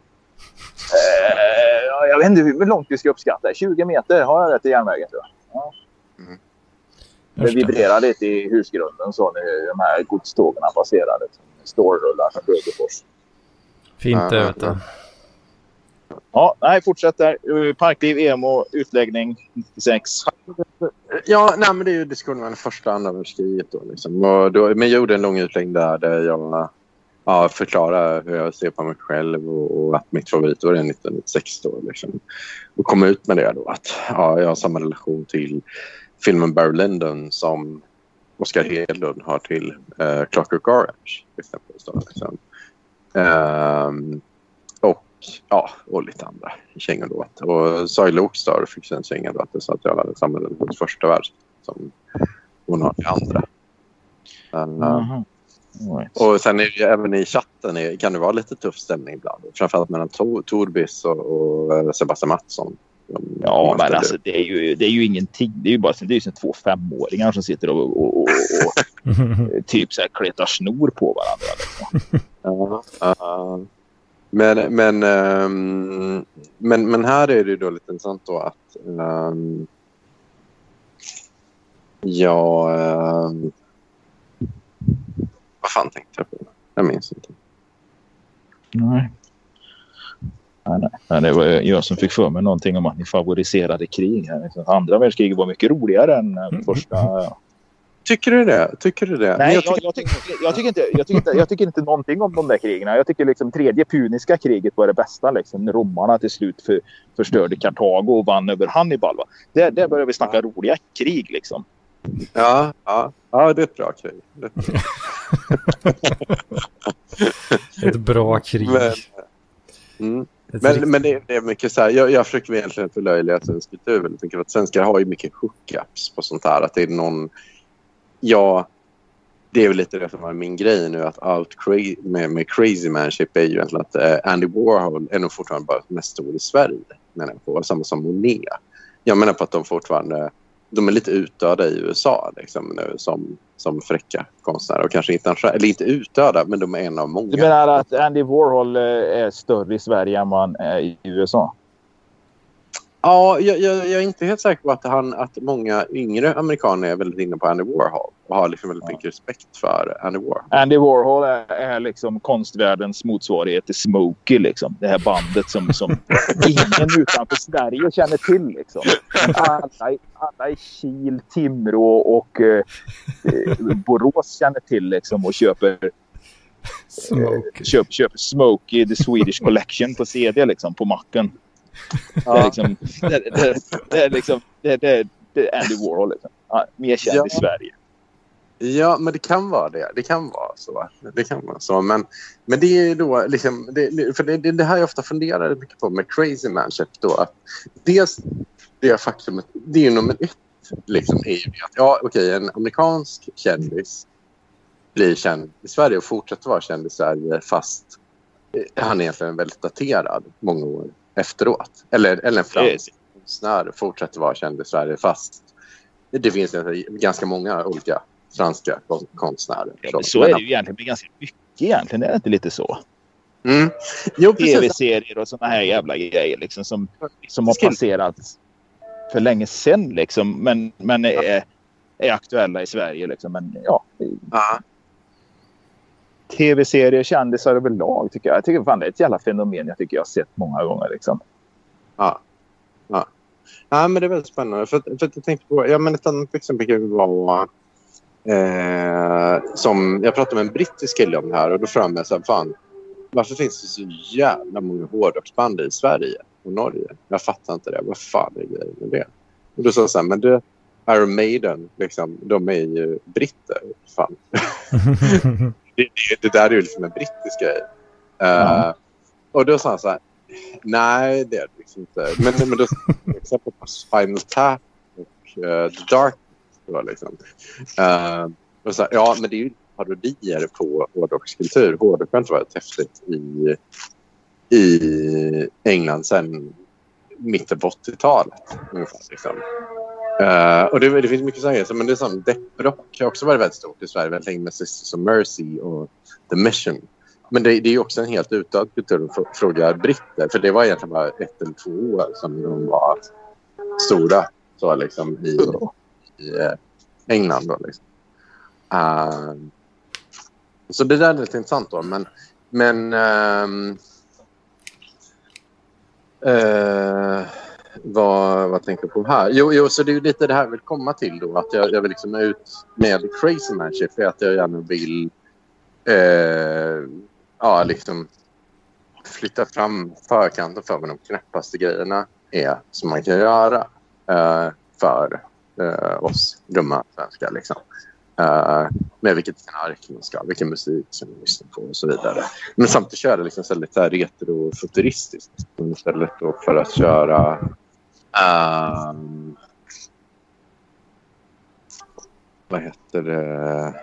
jag vet inte hur långt vi ska uppskatta. 20 meter har jag rätt till järnvägen tror jag. Ja. Det vibrerar lite i husgrunden så när de här godstågen passerade. Stålrullar från Bögefors. Fint det vet du. Ja, nej, fortsätt där. Parkliv, Emo, utläggning 96. Ja, nej, men det är ju diskussionen om första andra världskriget då liksom. Men jag gjorde en lång utläggning där jag förklarade hur jag ser på mig själv och att mitt favoritår är 1996 då liksom. Och kom ut med det då att jag har samma relation till filmen Barry Lyndon som Oscar Hedlund har till Clockwork Orange exempelvis då, liksom. Och lite andra kängor då. Och Saga Loksdahl fick en känga då att det sa att jag hade samma relation till första världskriget som hon har till andra. Och sen är det ju även i chatten kan det vara lite tuff stämning ibland. Framförallt mellan Torbis och Sebastian Mattsson. Ja, men alltså det är ju ingenting. Det är ju bara det är ju 2 5-åringar som sitter och typ så här kletar snor på varandra. Liksom. Men här är det ju då lite intressant då att vad fan tänkte jag på? Jag minns inte. Nej, det var jag som fick för mig någonting om att ni favoriserade krig här. Andra världskriget var mycket roligare än första. Tycker du det? Nej, jag tycker inte någonting om de där krigen. Jag tycker liksom tredje puniska kriget var det bästa. Liksom, när romarna till slut förstörde Kartago och vann över Hannibal. Va? Där börjar vi snacka roliga krig liksom. Ja, det är ett bra krig. Ett bra krig. Men det är mycket så här, jag försöker egentligen förlöjliga svensk kultur väldigt mycket, för att svenskar har ju mycket hookups på sånt här, att det är någon, det är väl lite det som är min grej nu, att allt med crazy manship är ju egentligen att Andy Warhol är nog fortfarande bara mest stor i Sverige, menar jag på, samma som Monet. Jag menar på att de är lite utdöda i USA liksom, nu, som fräcka konstnärer, och kanske internationellt, eller inte utdöda, men de är en av många. Du menar att Andy Warhol är större i Sverige än man är i USA? Ja, jag är inte helt säker på att många yngre amerikaner är väldigt inne på Andy Warhol och har liksom väldigt mycket respekt för Andy Warhol. Andy Warhol är liksom konstvärldens motsvarighet till Smokey liksom. Det här bandet som ingen utanför Sverige känner till liksom. Alla i Kil, Timrå och Borås känner till liksom, och köper Smokey The Swedish Collection på CD liksom, på macken. Ja. Det är Andy Warhol liksom. Mer känd i Sverige. Ja, men det kan vara det. Det kan vara så. Men det är ju då liksom, för det här jag ofta funderar mycket på med crazy manship då, att det faktumet, det är ju nummer 1 liksom, är ju att en amerikansk kändis blir känd i Sverige och fortsätter vara känd i Sverige, fast han är egentligen väldigt daterad många år efteråt. Eller en fransk konstnär fortsätter vara känd i Sverige, fast det finns ganska många olika franska konstnärer. Så är det ju egentligen med ganska mycket egentligen. Är det inte lite så? Jo, tv-serier och såna här jävla grejer liksom, som har passerat för länge sedan liksom, men är aktuella i Sverige liksom. Men ja. Tv-serier, kändisar överlag tycker jag. Jag tycker fan det är ett jävla fenomen jag tycker jag har sett många gånger liksom. Ja, men det är väldigt spännande. För att jag tänkte på, ett annat exempel var som jag pratade med en brittisk kille om det här och då fram med så här, fan, varför finns det så jävla många hårdrocksband i Sverige och Norge? Jag fattar inte det. Vad fan är grejen med det? Och då sa jag så här, men det Iron Maiden, liksom, de är ju britter. Fan. det där är ju liksom en brittisk grej. Och då sa han så här, nej, det är det liksom inte. Men då exempel på Spinal Tap och The Dark då, liksom. Och så här, ja, men det är ju parodier på hårdrockskultur. Hårdrock har inte varit häftigt i England sedan mitten på 80-talet ungefär, liksom. Och det finns mycket saker, men det är som depprock har också varit väldigt stort i Sverige väldigt länge med Sisters of Mercy och The Mission. Men det är ju också en helt utdöd kultur att fråga britter, för det var egentligen bara 1 eller 2 år som de var stora så liksom i England då, liksom. Så det där är lite intressant då, men vad tänker jag på här? Jo, så det är ju lite det här jag vill komma till då, att jag vill liksom ut med Crazy Man Ship för att jag gärna vill liksom flytta fram förkanten för vad de knäppaste grejerna är som man kan göra för oss dumma svenskar liksom. Med vilket knark man ska, vilken musik som man lyssnar på och så vidare. Men samtidigt köra liksom så lite retrofuturistiskt istället då för att köra vad heter det,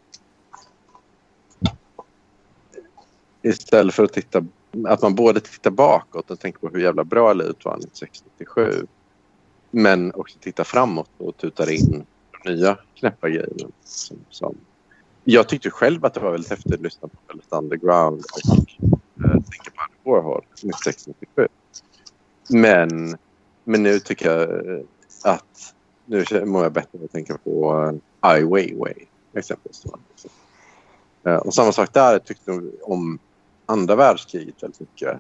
istället för att man både tittar bakåt och tänker på hur jävla bra livet var 1997 men också tittar framåt och tutar in nya knäppa grejer som jag tyckte själv att det var väldigt häftigt att lyssna på väldigt underground och tänka på Andy Warhol 1997. Men nu tycker jag att nu mår jag bättre att tänka på Ai Weiwei exempelvis. Och samma sak där, jag tyckte om andra världskriget väldigt mycket.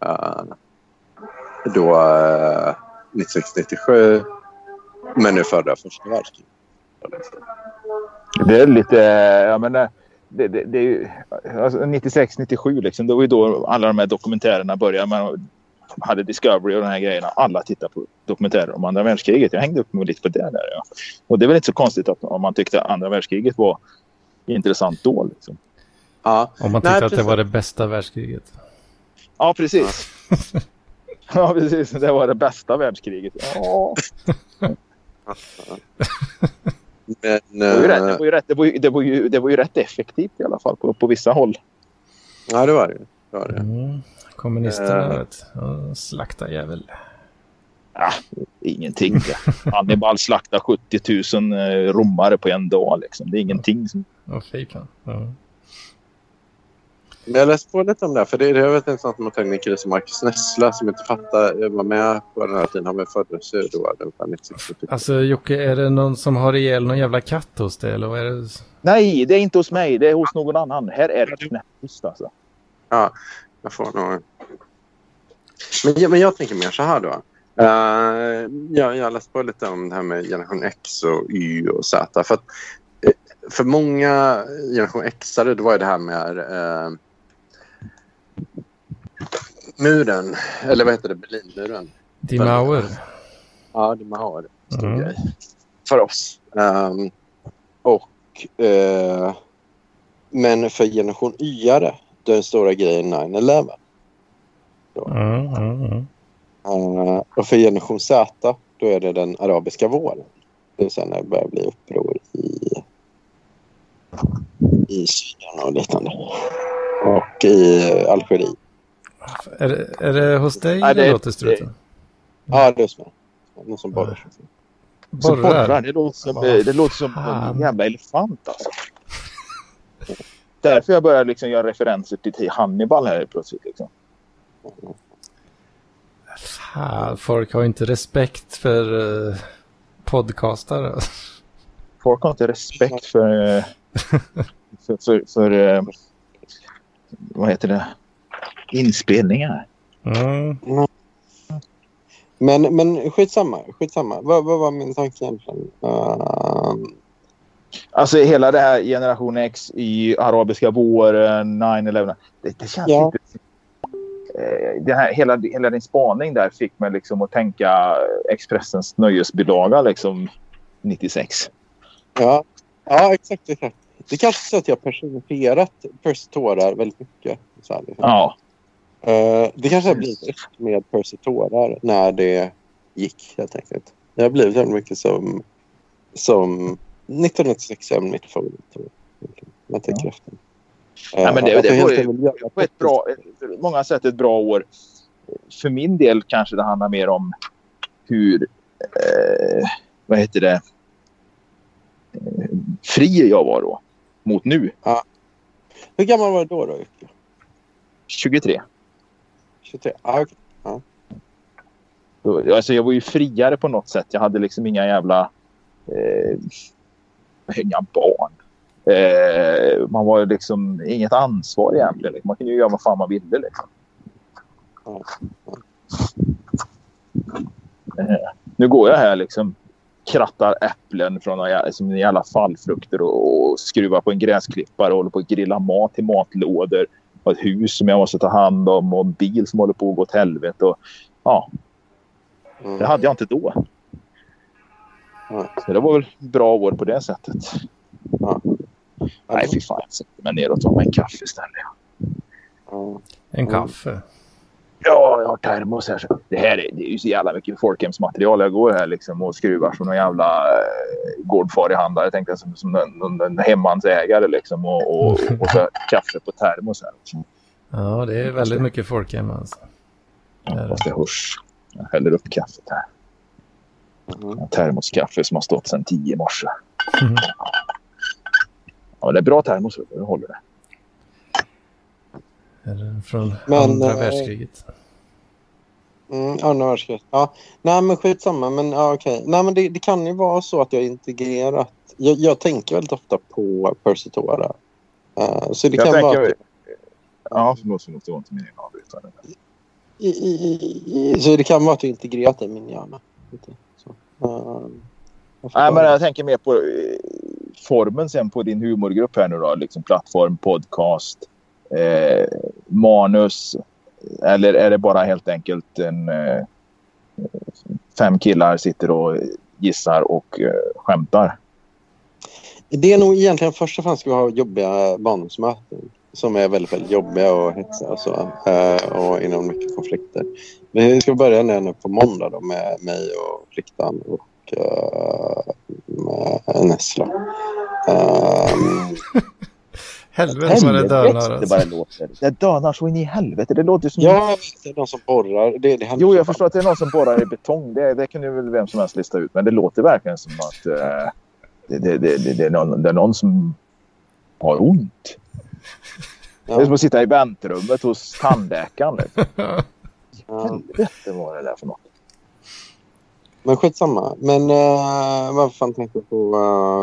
Då 1997 men nu förra första världskriget. Det är lite, jag menar, det är ju alltså 96-97 liksom, det var ju då alla de här dokumentärerna började. Man hade Discovery och de här grejerna. Alla tittar på dokumentärer om andra världskriget. Jag hängde upp mig lite på det där. Ja. Och det är väl inte så konstigt att om man tyckte andra världskriget var intressant då liksom. Ja. Om man tyckte att det var det bästa världskriget. Ja, precis. Ja, precis. Det var det bästa världskriget. Ja. Men, det var ju rätt effektivt i alla fall på vissa håll. Ja, det var det. Kommunisterna slakta jävel. Ja, ingenting. Hannibal slaktar 70 000 romare på en dag liksom. Det är ingenting som... Men jag läste på lite om det, för det är ett intressant mottagniker som Marcus Nessla som inte fattar var med på den här tiden. Han var föddes då. Alltså Jocke, är det någon som har ihjäl någon jävla katt hos dig? Eller vad är det? Nej, det är inte hos mig. Det är hos någon annan. Här är det knäpptyst alltså. Ja, jag får nog... Men jag tänker mer så här då. Jag läste på lite om det här med generation X och Y och Z. För många generation X-are då var det här med muren, eller vad heter det, Berlinmuren. Die Mauer. Ja, Die Mauer. Stor grej för oss. Men för generation Y-are, den stora grejen 9/11. Och för generation Z, då är det den arabiska våren. Det är sen när det börjar bli uppror i Syrien och liknande. Och i Algeriet. Är det hos dig eller låter struten? Ja, det är hos mig. Någon som bollar. Borrar? Det låter som en jävla elefant alltså. Därför jag börjar liksom göra referenser till Hannibal här plötsligt liksom. Fan, folk har inte respekt för podcastare. Folk har inte respekt för vad heter det? Inspelningar. Mm. Men skitsamma. Vad var min tanke egentligen? Alltså hela det här Generation X i arabiska våren, 9/11. Det känns lite... Det här, hela din spaning där fick mig liksom att tänka Expressens nöjesbilaga liksom 96. Ja, exakt. Det kanske så att jag personifierat Percy Tårar väldigt mycket. Så här, liksom. Ja. Det kanske har blivit med Percy Tårar när det gick helt enkelt. Det har blivit väldigt mycket som 1996 är mitt favorit. Man tänker efter. Ja, men det var ju på ett bra, många sätt ett bra år. För min del kanske det handlar mer om hur fri jag var då mot nu. Ja. Hur gammal var du då? 23. 23, okej. Ja. Alltså jag var ju friare på något sätt. Jag hade liksom inga jävla inga barn. Man var liksom inget ansvar egentligen. Man kunde ju göra vad fan man ville liksom. Nu går jag här liksom, krattar äpplen från som i alla fallfrukter och skruvar på en gräsklippare och håller på att grilla mat i matlådor och ett hus som jag måste ta hand om och en bil som håller på att gå åt helvete och det hade jag inte då. Så det var väl bra år på det sättet. Nej, fy fan, jag sätter mig ner och tar mig en kaffe istället. En kaffe? Ja, jag har termos här. Det är ju så jävla mycket folkhemsmaterial. Jag går här liksom och skruvar som någon jävla gårdfar i handlare. Jag tänkte som en hemmansägare liksom. Och så kaffe på termos här. Liksom. Ja, det är väldigt mycket folkhem alltså. Fast det hörs. Jag häller upp kaffet här. Termoskaffe som har stått sedan 10 i morse. Ja, det är bra termos. Jag håller det. Är det från andra världskriget? Andra världskriget. Ja. Nej, men skitsamma. Men okej. Nej, men det kan ju vara så att jag integrerat. Jag tänker väldigt ofta på Percy Tårar. Så det kan vara... Ja, förlåt. Det var inte min avbrytare. Så det kan vara att du integrerat i min hjärna. Så. Nej, men jag tänker mer på formen sen på din humorgrupp här nu då. Liksom plattform, podcast, manus. Eller är det bara helt enkelt 5 killar sitter och gissar och skämtar? Det är nog egentligen först och främst ska vi ha jobbiga barndomsmöten som är väldigt, väldigt jobbiga och hetsiga och så. Och inom mycket konflikter. Men vi ska börja nu på måndag då med mig och Fliktan och med Nessla. Helvete vad det dönar. Det bara låter. Det dönar så in i helvete. Det låter som... Ja, det är någon som borrar. Jo, jag förstår att det är någon som borrar i betong. Det kan ju väl vem som helst lista ut. Men det låter verkligen som att det är någon som har ont. Ja. Det är som att sitta i väntrummet hos tandläkaren. Helvete vad det där för något. Men skitsamma. Men vad fan tänkte du på?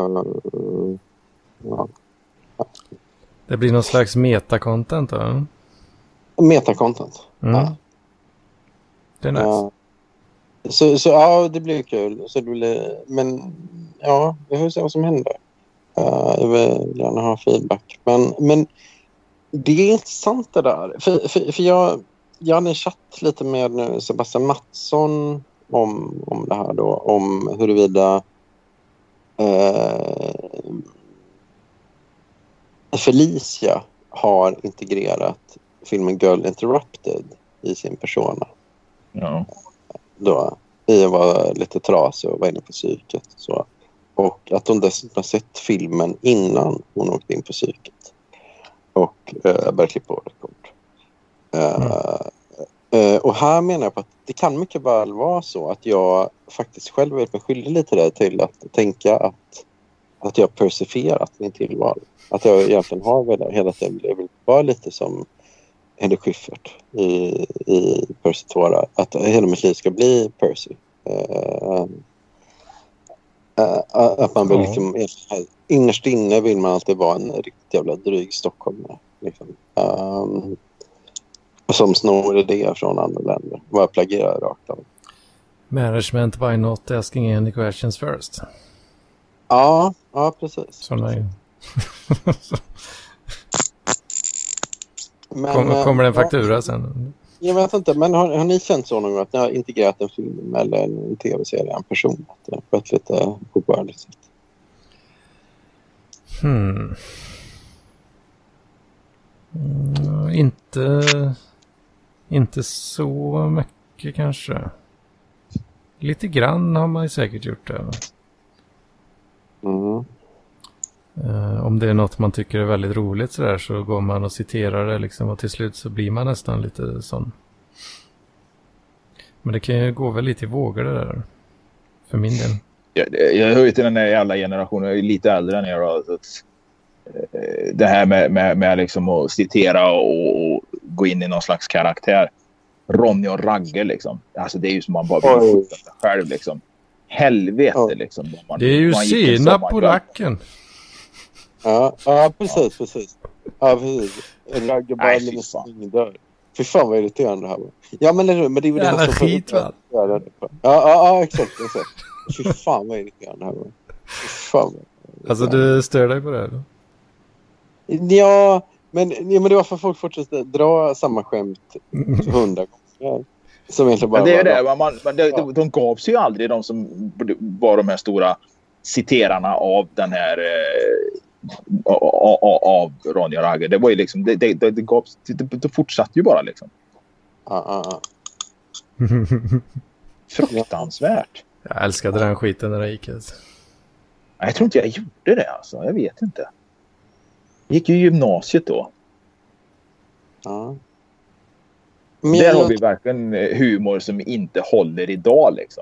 Det blir någon slags metacontent då? Metacontent. Ja. Det är nice. Så ja, det blir kul. Så det blir, men ja, vi får se vad som händer. Jag vill gärna ha feedback. Men det är intressant det där. För jag hade en chatt lite med nu Sebastian Mattsson om det här då. Om huruvida Felicia har integrerat filmen Girl Interrupted i sin persona. Ja. Då i att vara lite trasig och var inne på psyket. Så. Och att hon dessutom har sett filmen innan hon åkte in på psyket. Och började klippa på det kort. Och här menar jag på att det kan mycket väl vara så att jag faktiskt själv är skyldig lite där till att tänka att jag persifierat min tillvaro. Att jag egentligen har väl hela tiden blivit bara lite som Eddie Schyffert i Percy Tora. Att hela mitt liv ska bli Percy. Att man vill liksom, innerst inne vill man alltid vara en riktigt jävla dryg stockholmare. Liksom. Som snor idéer från andra länder. Bara plagierar rakt av. Management by not asking any questions first. Ja, precis. Sådana är Men, kommer det en faktura sen? Jag vet inte, men har ni känt så någon gång att ni har integrerat en film eller en tv-serie, en person på ett lite obehörligt sätt? Inte så mycket kanske. Lite grann har man ju säkert gjort det. Om det är något man tycker är väldigt roligt så där, så går man och citerar det liksom, och till slut så blir man nästan lite sån. Men det kan ju gå väl lite i vågor det där. För min del. Jag hör ju till den här jävla generationen. Jag är lite äldre än er då. Det här med liksom att citera och gå in i någon slags karaktär. Ronny och Ragge liksom. Alltså det är ju som man bara vill skjuta sig själv liksom. Helvete liksom. Det är ju sena på racken. Ja, precis. Ja, precis. Ragge bara med springdörr. Fy fan vad irriterande det här var. Ja, men det är ju det jävla skit va? Ja, exakt. Fy fan vad irriterande det här var. Fy fan. Alltså du stör dig på det då? Ja, men det var för att folk fortsätter dra samma skämt 100 gånger. Som egentligen bara det är det. De gav sig ju aldrig, de som var de här stora citerarna av den här av Ronny och Ragge. Det var ju liksom det fortsatte ju bara liksom. Fruktansvärt. Jag älskade den skiten när det gick. Alltså. Jag tror inte jag gjorde det alltså. Jag vet inte. Jag gick ju gymnasiet då. Ja. Där har vi verkligen humor som inte håller idag liksom.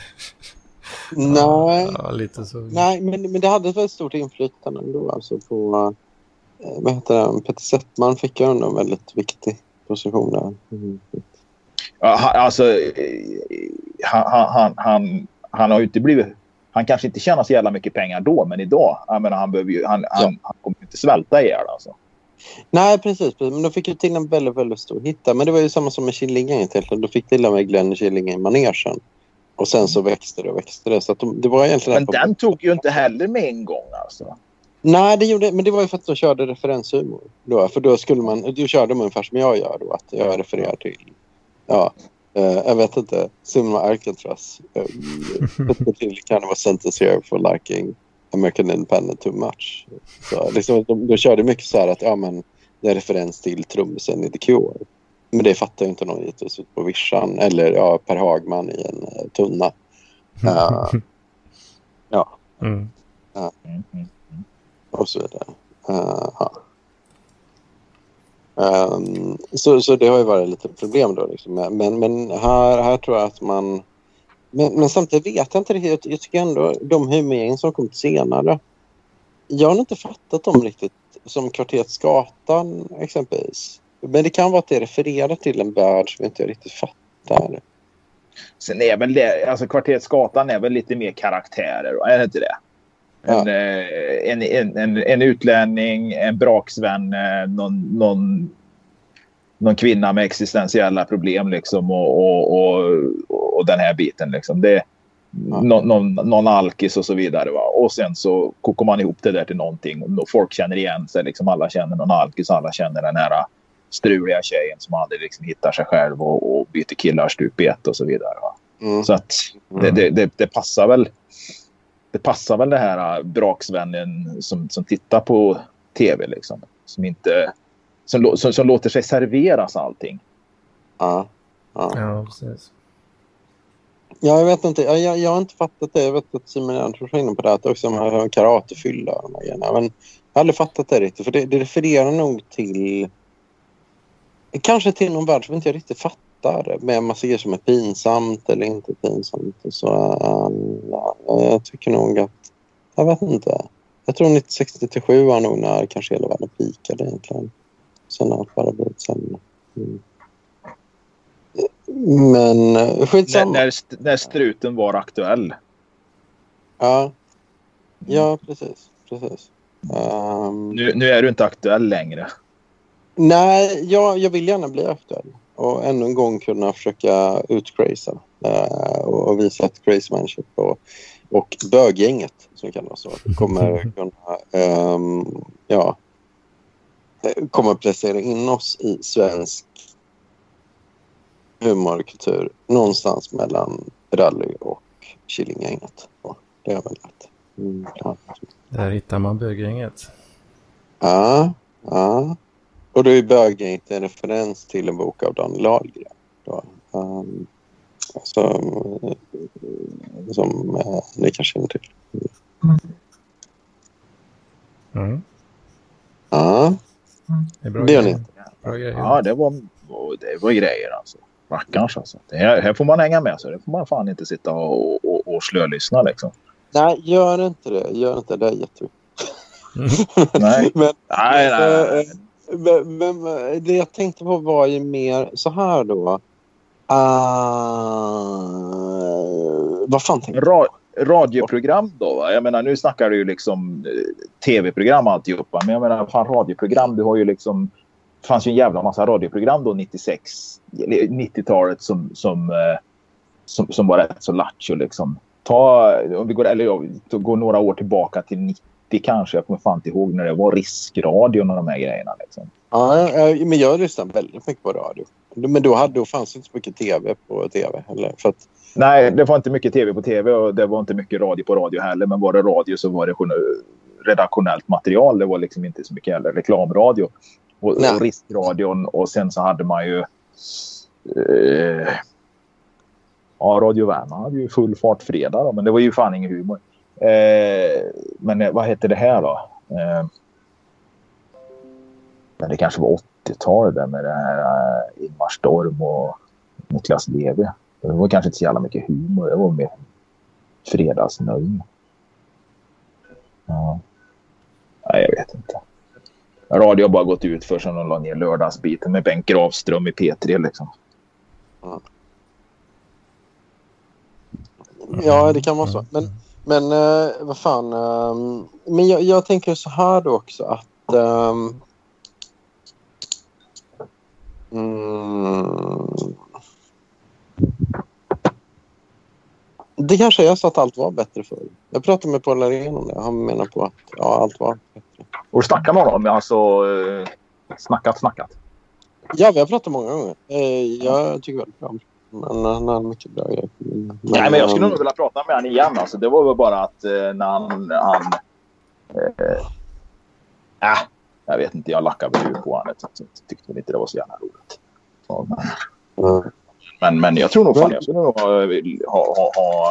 Nej. Ja, lite så. Nej, men det hade ett väldigt stort inflytande ändå. Alltså på, vad heter det? Peter Settman fick ju en väldigt viktig position där. Alltså han har ju inte blivit, han kanske inte tjänar så jävla mycket pengar då, men idag, jag menar, han kommer inte svälta ihjäl alltså. Nej, precis. Men de fick ju till en väldigt, väldigt stor hitta. Men det var ju samma som med Killinggänget egentligen. De fick till med Glenn Killinggänget i manegen. Och sen så växte det. Så att det var egentligen... Men den tog ju inte heller med en gång alltså. Nej, men det var ju för att de körde referenshumor. Då, för då körde man ungefär som jag gör då. Att jag refererar till... Ja, jag vet inte. Summa Alcatraz. Kind of a sentence here for liking American Independent too much. Så liksom, de körde mycket så här att men det är referens till trummisen i The Cure. Men det fattar ju inte någon givetvis ut på vischan. Eller Per Hagman i en tunna. Och så vidare. Så det har ju varit lite problem då liksom. Men här tror jag att man... Men samtidigt vet jag inte riktigt. Jag tycker ändå de humorgäng som kom senare, jag har inte fattat dem riktigt. Som Kvarteret Skatan exempelvis. Men det kan vara att det refererar till en värld som jag inte riktigt fattar. Sen är väl det, alltså Kvarteret Skatan är väl lite mer karaktärer, är det inte det? En utlänning, en braksvän, någon kvinna med existentiella problem liksom, och den här biten liksom. Det är någon alkis och så vidare va? Och sen så kokar man ihop det där till någonting och folk känner igen sig liksom. Alla känner någon alkis, alla känner den här struliga tjejen som aldrig liksom hittar sig själv och byter killar stup i ett och så vidare va? Så att det passar väl. Det passar väl det här braksvännen som tittar på tv liksom, som inte som låter sig serveras allting. Ja, precis. Ja, jag vet inte. Jag har inte fattat det. Jag vet att Simon Andersson var inne på det också, man har en karatefylla de här grejerna. Men jag har aldrig fattat det riktigt, för det refererar nog till kanske till någon värld som inte jag riktigt fattar fattar, men man ser som är pinsamt eller inte pinsamt. Så jag tycker nog att, jag vet inte. Jag tror 1967 var nog när kanske hela världen pikade egentligen. Sen har allt bara blivit sämre. Men skitsamma. När struten var aktuell. Ja, precis. Nu är du inte aktuell längre. Nej, jag vill gärna bli aktuell. Och ännu en gång kunna försöka utcraza. Och visa att crazymanship och böggänget, som kallas så, kommer kunna kommer placera in oss i svensk humorkultur någonstans mellan rally och Killinggänget. Det är väl rätt. Där hittar man böggänget. Ja. Och då är böggänget en referens till en bok av Daniel Ahlgren. Som ni kanske känner till. Ja. Det är bra grejer. Ja, det var grejer alltså. Rackarns alltså. Här får man hänga med, så det får man fan inte sitta och slölyssna liksom. Nej, gör inte det. Det är jätteviktigt. Nej. Nej. Men det jag tänkte på var ju mer så här då. Vad fan tänkte du? Radioprogram då, va? Jag menar, nu snackar du ju liksom tv-program och alltihopa. Men jag menar, fan, radioprogram, du har ju liksom... Det fanns ju en jävla massa radioprogram då 90-talet som var rätt så lattjo liksom. Om vi går några år tillbaka till 90 kanske. Jag kommer fan inte ihåg när det var riskradion och de här grejerna liksom. Ja, men jag lyssnade väldigt mycket på radio. Men då fanns inte så mycket tv på tv heller. För att... Nej, det var inte mycket tv på tv och det var inte mycket radio på radio heller. Men var det radio så var det redaktionellt material. Det var liksom inte så mycket heller reklamradio. Och riskradion, och sen så hade man ju Radio Värna hade ju full fart fredag då, men det var ju fan ingen humor. Men vad heter det här då? Men det kanske var 80-talet där med det här Ingmar Storm och Niklas Levi. Det var kanske inte så jävla mycket humor, det var mer fredagsnöjd. Ja. Nej, jag vet inte. Radio har bara gått ut för som de la ner lördagsbiten med Bengt Gravström i P3 liksom. Ja, det kan vara så. Men vad fan. Men jag tänker så här då också att det kanske är så att allt var bättre förr. Jag pratade med Paul Arén om det. Han menar på att allt var bättre. Och snackar man om alltså snackat? Ja, vi har pratat många gånger. Jag tycker väldigt bra. Men han har mycket bra grejer. Nej, men jag skulle nog vilja prata med han igen. Alltså, det var väl bara att när han jag vet inte, jag lackade väl på honom. Så tyckte väl inte det var så jävla roligt. Så, men jag tror nog fan jag skulle nog ha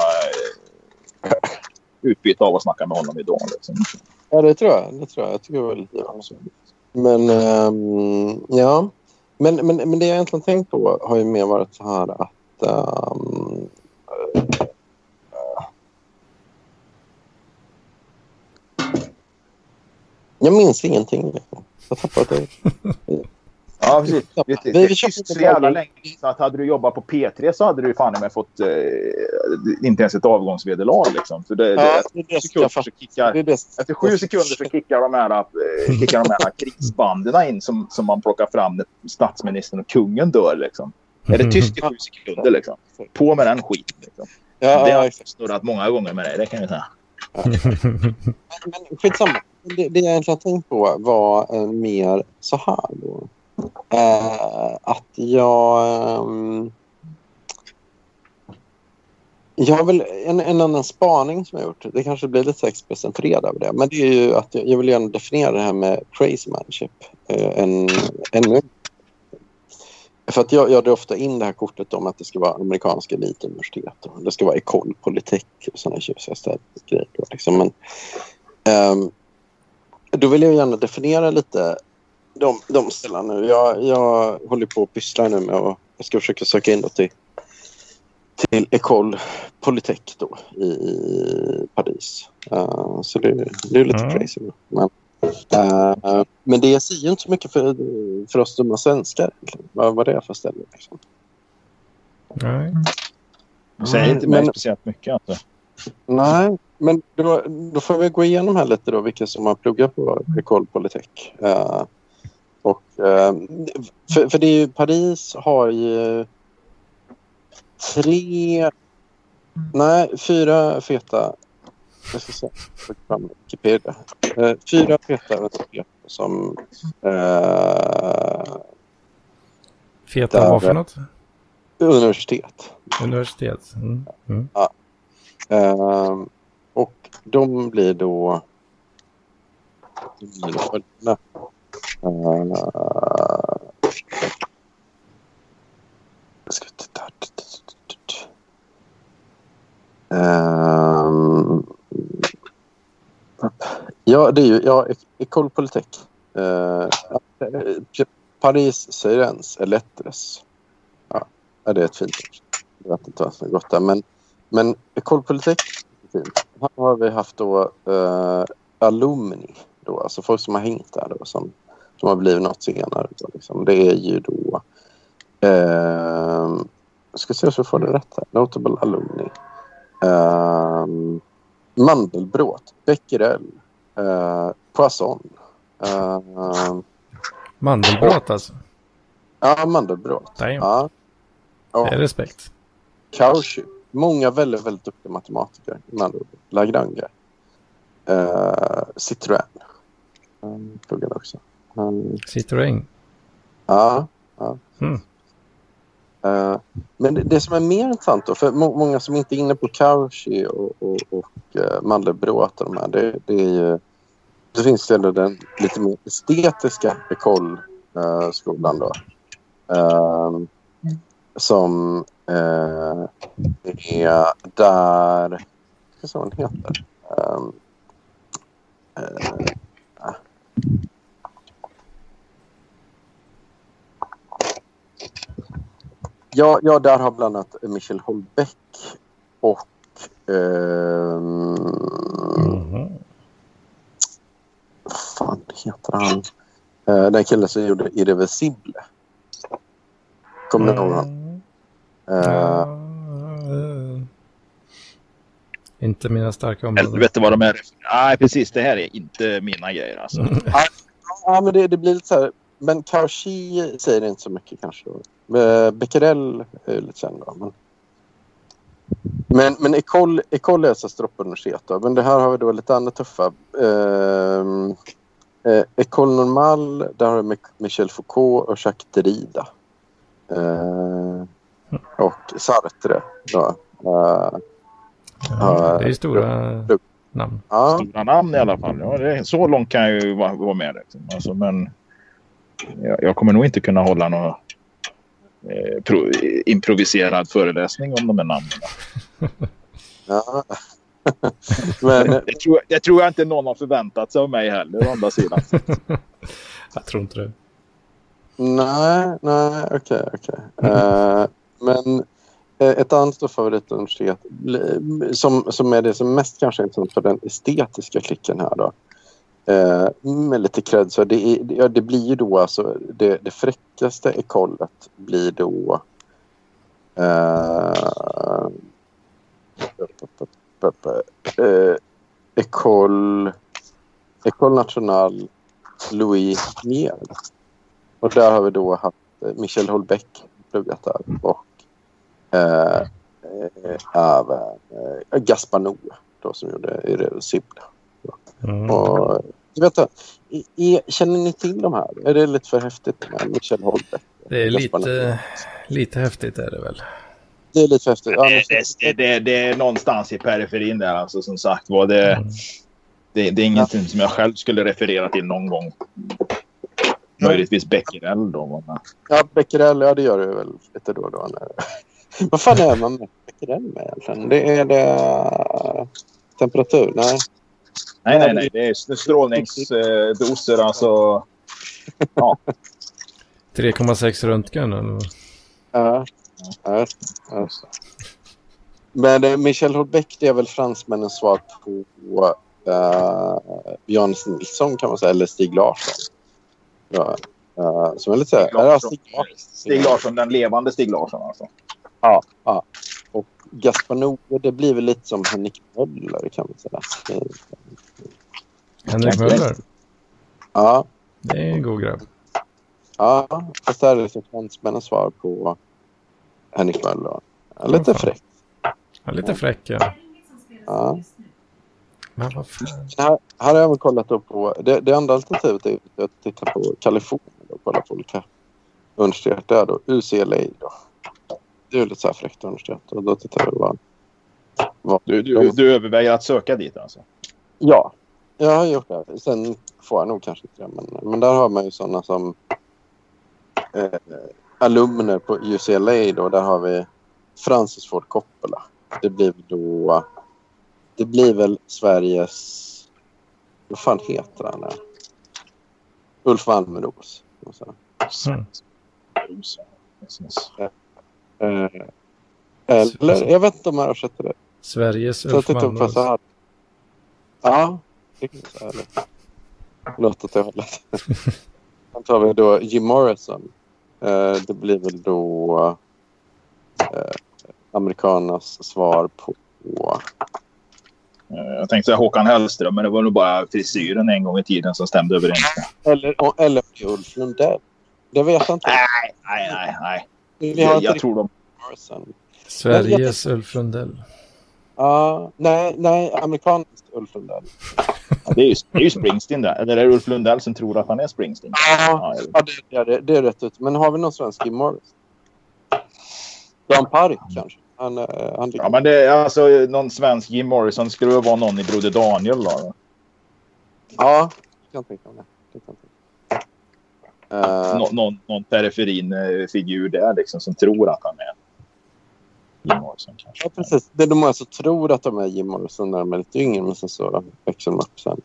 utbyte av att snacka med honom idag. Liksom. Ja, det tror jag. Jag tycker det var lite så. Men ja. Men det jag egentligen tänkt på har ju mer varit så här att jag minns ingenting. Jag tappade det. Ja, precis. Det tyst så jävla länge. Så att hade du jobbat på P3 så hade du fan med fått inte ens ett avgångsvederlag liksom. För efter 7 sekunder så kickar de här krigsbanderna in som man plockar fram när statsministern och kungen dör liksom. Är det tyst i 7 sekunder liksom? På med den skiten liksom. Ja, det har jag snurrat många gånger med dig, det kan jag säga. Ja. Men skitsamma. Det jag egentligen tänkt på var mer så här då. Att jag har väl en annan spaning som jag gjort. Det kanske blir lite expressentrerad av det. Men det är ju att jag vill gärna definiera det här med crazymanship ännu. För att jag drar ofta in det här kortet om att det ska vara amerikanska elituniversitet och det ska vara École Polytech och sådana tjusiga grejer. Liksom. Men då vill jag gärna definiera lite de ställena nu. Jag håller på att pyssla nu med att Jag ska försöka söka in då till École Polytech då i Paris. Så det är lite crazy. Men det säger ju inte så mycket för oss dumma svenskar. Vad det är för ställe. Liksom. Nej. Det säger inte mig speciellt mycket. Alltså. Nej, men då får vi gå igenom här lite då vilka som har pluggat på École Polytech. För det är ju, Paris har ju 4 feta, jag ska se, fram Wikipedia. 4 feta universitet som feta vad för något? Universitet. Universitet. Ja. Och de blir då följande. Jag ska titta. Ja, det är ju École Polytech. Paris Sciences et Lettres. Ja, det är ett fint ord. Jag vet inte vad som är gott där, men École Polytech, här har vi haft då alumni då, alltså folk som har hängt där då, som har blivit något senare då, liksom. Det är ju då jag ska se så jag får det rätt här. Notable alumni. Mandelbrot, Becquerel, Poisson. Mandelbrot alltså? Ja, Mandelbrot. Ja. Det är respekt. Cauchy. Många väldigt, väldigt duktiga matematiker. Lagrange. Citroën. Pluggade också. Citroën? Ja. Men det som är mer intressant då, för många som inte är inne på Cauchy och Mandelbrot och de här, det är ju, det finns det den lite mer estetiska École-skolan då. Som är där, ska se vad den heter. Ja, där har bland annat Michel Houellebecq och vad fan heter han? Den killen som gjorde Irreversible. Kommer ni ihåg honom? Inte mina starka områden. Du vet vad de är. Nej, precis. Det här är inte mina grejer. Alltså. Ja, men det blir lite så här. Men Cauchy säger inte så mycket kanske. Becquerel är lite känd då. Men École är alltså Stroppe-universitet då. Men det här har vi då lite andra tuffa. École Normale, där har vi Michel Foucault och Jacques Derrida. Och Sartre då. Det är stora namn. Ja. Stora namn i alla fall. Ja, så långt kan jag ju vara med. Liksom. Alltså, men jag kommer nog inte kunna hålla någon improviserad föreläsning om de här namnen. Ja. Men det tror jag inte någon har förväntat sig av mig heller, å andra sidan. Jag tror inte det. Nej, okej. Men ett annat favorituniversitet som är det som mest kanske intressant för den estetiska klicken här då. Med lite cred så det blir ju då alltså det fräckaste ekolet blir då École Nationale Louis Mier. Och där har vi då haft Michel Houellebecq pluggat där och Gaspar Noé då som gjorde Irreversible. Och vet du, känner ni till de här? Är det lite för häftigt med Michel Houellebecq? Det är lite häftigt är det väl. Det är lite för häftigt. Ja, det är någonstans i periferin där alltså, som sagt var det är ingenting som jag själv skulle referera till någon gång. Möjligtvis Becquerel då. Ja, Becquerel, ja det gör det väl lite då. Vad fan är man med Becquerel med egentligen? Det är det temperatur, nej. Nej, det är strålningsdoser alltså. Ja. 3,6 röntgen eller? Ja. Men Michel Houellebecq, det är väl fransmännens svar på Johannes Nilsson kan man säga, eller Stig Larsson. Ja. Som är lite Stig Larsson, den levande Stig Larsson alltså. Ja. Och Gaspar Noé, det blir väl lite som Henrik Möller kan man säga. Henrik Möller? Ja. Det är en god grabb. Ja, fast det är liksom fransmännens svar på Henrik Möller. Lite fräck. Ja, lite fräck, ja. Ja. Men vad fan? Här har jag väl kollat upp på... Det andra alternativet är att titta på Kalifornien och kolla på olika universitet där då. UCLA då. Det är lite så här fräckt universitet. Och då tittar vi vad du överväger att söka dit alltså? Ja, jag har gjort det. Sen får jag nog kanske inte det. Men där har man ju sådana som alumner på UCLA då. Där har vi Francis Ford Coppola. Det blir väl Sveriges... Vad fan heter han här? Ulf Almeros. Eller, jag vet inte om jag översätter det. Sveriges Ulf Almeros. Ja, det kan jag säga. Låt åt det hållet. Sen tar vi då Jim Morrison. Det blir väl då amerikanernas svar på... Jag tänkte säga Håkan Hellström, men det var nog bara frisyren en gång i tiden som stämde överens. Eller Ulf Lundell. Det vet jag inte. Nej. Jag tror de... Sveriges Ulf Lundell. Nej, amerikanskt Ulf Lundell. Ja, det är ju Springsteen där. Eller är det Ulf Lundell som tror att han är Springsteen? Det är rätt ut. Men har vi någon svensk Jim Morrison? Dan Park kanske? Ja, men det är alltså någon svensk Jim Morrison skulle vara någon i Broder Daniel då. Ja, jag kan tänka mig det. Någon periferin figur där liksom som tror att han är Jim Morrison kanske. Ja, precis. Det är de många som tror att de är Jim Morrison när de är lite yngre, men sen så växer de upp sen.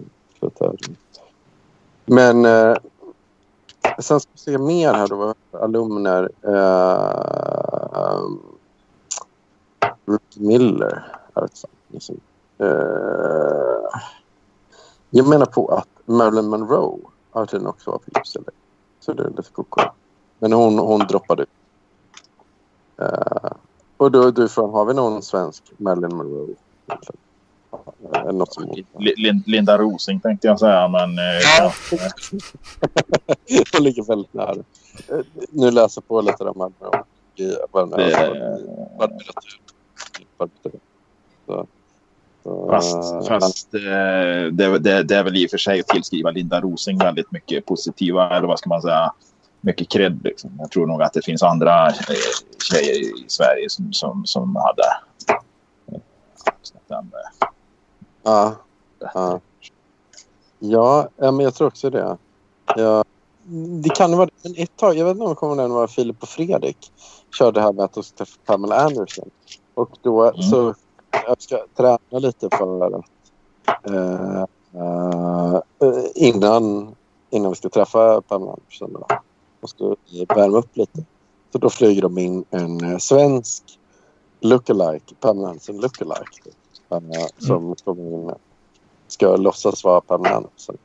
Men sen ska vi se mer här då. Alumner. Rick Miller. Jag menar på att Marilyn Monroe har tydligen också var på UCLA. Så det är lite koko. Men hon droppade ut. Och då har vi någon svensk Marilyn Monroe? Något som Linda Rosing tänkte jag säga, men... Hon ligger väldigt nära. Nu läser på lite om Monroe. Fast det är väl i och för sig att tillskriva Linda Rosing väldigt mycket positiva, eller vad ska man säga, mycket cred liksom. Jag tror nog att det finns andra tjejer i Sverige som hade Ja, men jag tror också det. Det kan vara, men ett tag, jag vet inte om det kommer att vara Filip och Fredrik körde här med att de ska träffa Pamela Anderson. Och då så jag ska träna lite för att innan vi ska träffa Pamela Anderson då. Och ska värma upp lite. Så då flyger de in en svensk lookalike, Pamela Anderson lookalike som kommer in, ska låtsas vara Pamela Anderson.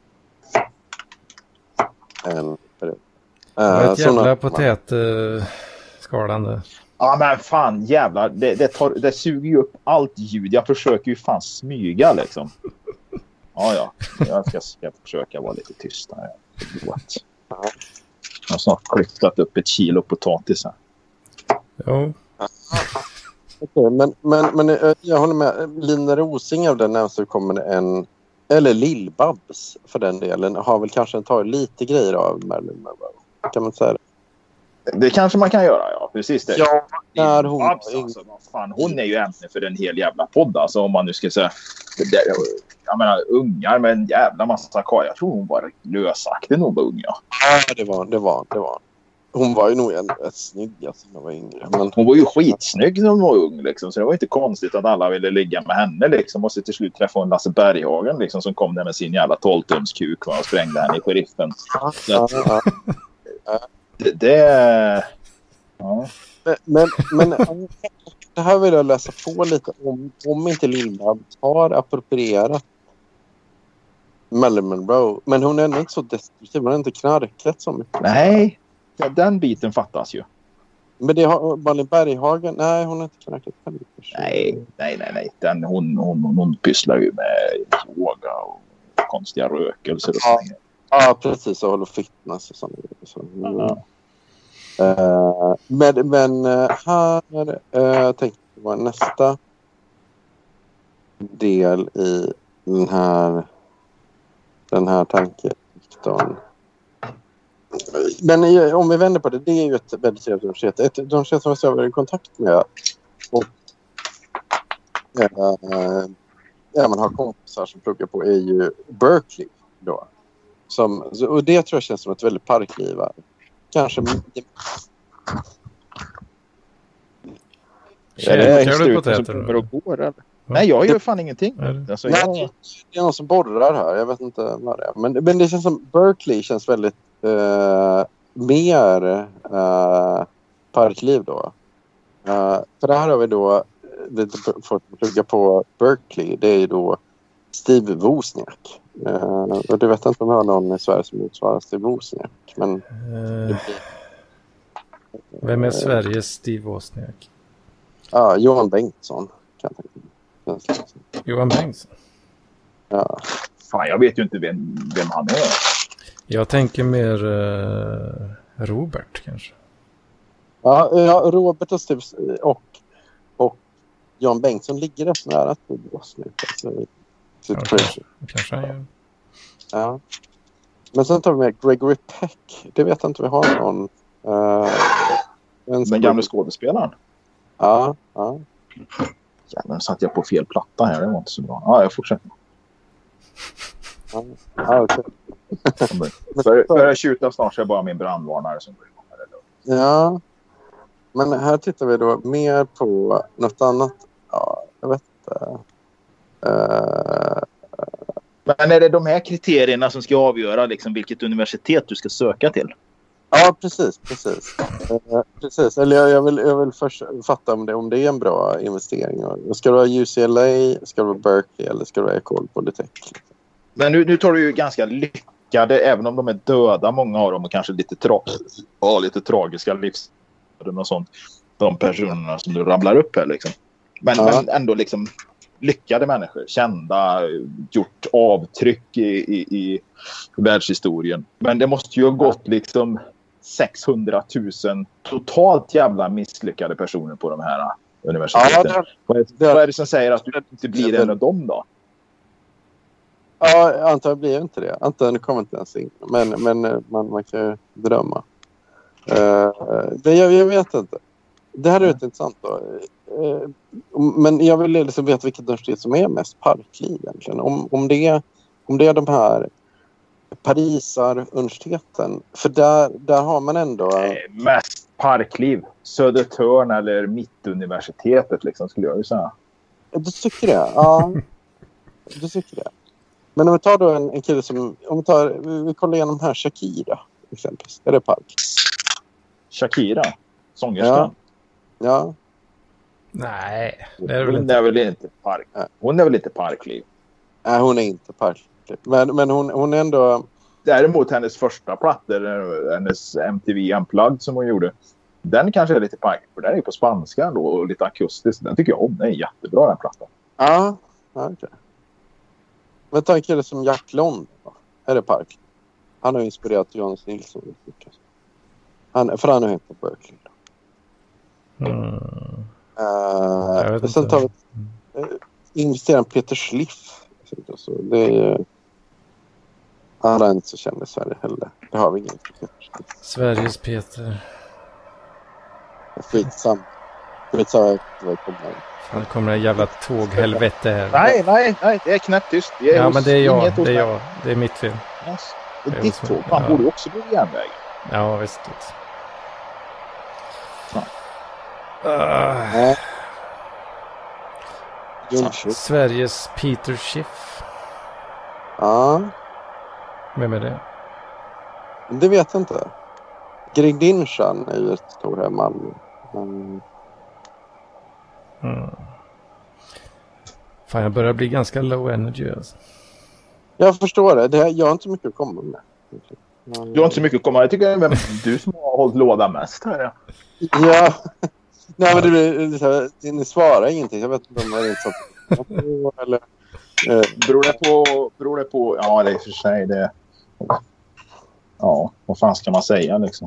Ett jävla potätskalan. Ja, men fan jävlar, det suger ju upp allt ljud. Jag försöker ju fan smyga liksom. Ja, jag ska försöka vara lite tyst här. Jag har snart klyftat upp 1 kilo potatis här. Jo. Okej, men jag håller med. Lina Rosing av den närmast kommer eller Lill-Babs för den delen har väl kanske tagit lite grejer av Marilyn Monroe. Kan man säga det? Det kanske man kan göra, ja. Precis det. Ja, när hon... Alltså, fan, hon är ju ämne för en hel jävla podd. Alltså, om man nu ska säga... Jag menar, ungar med en jävla massa kvar. Jag tror hon var lösaktig nog var ung, ja. Ja, det var. Hon var ju nog en snygg alltså, när hon var yngre. Men... Hon var ju skitsnygg när hon var ung, liksom. Så det var inte konstigt att alla ville ligga med henne, liksom. Måste till slut träffa en Lasse Berghagen, liksom, som kom där med sin jävla 12-tums-kuk och sprängde henne i sheriffen. Så att, Ja. Men det här vill jag läsa på lite om inte Linda har approprierat Marilyn Monroe. Men hon är ändå inte så destruktiv. Hon har inte knarkat så mycket. Nej, ja, den biten fattas ju. Men det har Malin Berghagen. Nej, hon har inte knarkat. Nej. Hon pysslar ju med yoga och konstiga rökelser och sånt. Ja, precis. Och håller fitness och sånt. Ja. Men här tänkte jag på nästa del i den här tanken. Men om vi vänder på det, det är ju ett väldigt trevligt universitet. Ett universitet som jag har i kontakt med och man har kompisar som pluggar på är ju Berkeley då. Och det tror jag känns som ett väldigt parkliv. Kanske Är det struten som kommer och går eller? Nej, jag gör fan ingenting. Alltså, det är någon som borrar här. Jag vet inte vad det är. Men det känns som Berkeley känns väldigt mer parkliv då. För det här har vi då lite folk att plugga på Berkeley. Det är ju då Steve Wozniak. Och du vet inte om jag har någon i Sverige som motsvarar Steve Wozniak. Men vem är Sveriges Steve Wozniak? Johan Bengtsson kan jag tänka mig. Johan Bengtsson? Ja. Fan, jag vet ju inte vem han är. Jag tänker mer Robert kanske. Ja, Robert och Steve och Johan Bengtsson ligger rätt nära Steve Wozniak. Kanske han gör. Ja. Men sen tar vi med Gregory Peck. Det vet jag inte vi har någon. Den gamla skådespelaren. Ja. Jävlar, satt jag på fel platta här. Det var inte så bra. Ja, jag fortsätter. Okay. Börjar jag tjuta snart så är bara min brandvarnare som går igång. Ja. Men här tittar vi då mer på något annat. Ja, jag vet inte. Men är det de här kriterierna som ska avgöra liksom vilket universitet du ska söka till? Ja, precis. Precis. Eller jag vill först fatta om det är en bra investering. Ska det vara UCLA, ska det vara Berkeley eller ska det vara Ecole Polytechnique? Men nu tar du ju ganska lyckade, även om de är döda, många av dem, och kanske lite tragiska livsöden och sånt. De personerna som du rabblar upp här liksom. Men ändå liksom lyckade människor, kända, gjort avtryck i världshistorien. Men det måste ju ha gått liksom 600 000 totalt jävla misslyckade personer på de här universiteten. Vad är det som säger att du inte blir en av dem då? Ja, antagligen blir inte det. Antagligen kommer inte ens in. Men man kan ju drömma. Jag vet inte. Det här är rätt intressant då. Men jag vill liksom veta vilket universitet som är mest parkliv egentligen. Om det är de här Parisar universiteten. För där har man ändå... Mest parkliv. Södertörn eller Mittuniversitetet liksom, skulle jag ju säga. Du tycker det? Ja. Du tycker det. Men om vi tar då en kille som... Vi kollar igenom här Shakira exempelvis. Är det park? Shakira? Sångerskan? Ja. Nej, det är väl inte. Hon är väl inte parkliv? Nej, hon är inte parkliv. Men hon är ändå... Däremot hennes första plattor, hennes MTV Unplugged som hon gjorde, den kanske är lite parkliv. För den är ju på spanska då, och lite akustisk. Den tycker jag om. Den är jättebra, den plattan. Ja, okej. Men ta en kille som Jack London. Är det parkliv? Han har inspirerat Jonas Nilsson. För han är inte på Berkeley. Sen tar vi investeraren Peter Schliff. Så det är han är inte så känd i Sverige heller. Det har vi ingen. Sveriges Peter. Skitsamma. Han kommer en jävla tåghelvete här. Nej, det är knäpptyst. Ja, men det är jag. Det är mitt fel. Yes. Det är ditt tåg. Han borde också bli järnväg. Ja, visst. Sveriges Peter Schiff. Ja. Vem är det? Det vet jag inte. Grindinshan är ju ett stort här i Malmö. Fan, jag börjar bli ganska low energy alltså. Jag förstår det. Jag har inte så mycket att komma med. Du har inte så mycket att komma med. Jag tycker det är du som har hållit låda mest här. Ja. Nej, men ni svarar ingenting. Jag vet inte om det är inte så. Eller... Beror det på... Ja, det är för sig det... Ja, vad fan ska man säga liksom?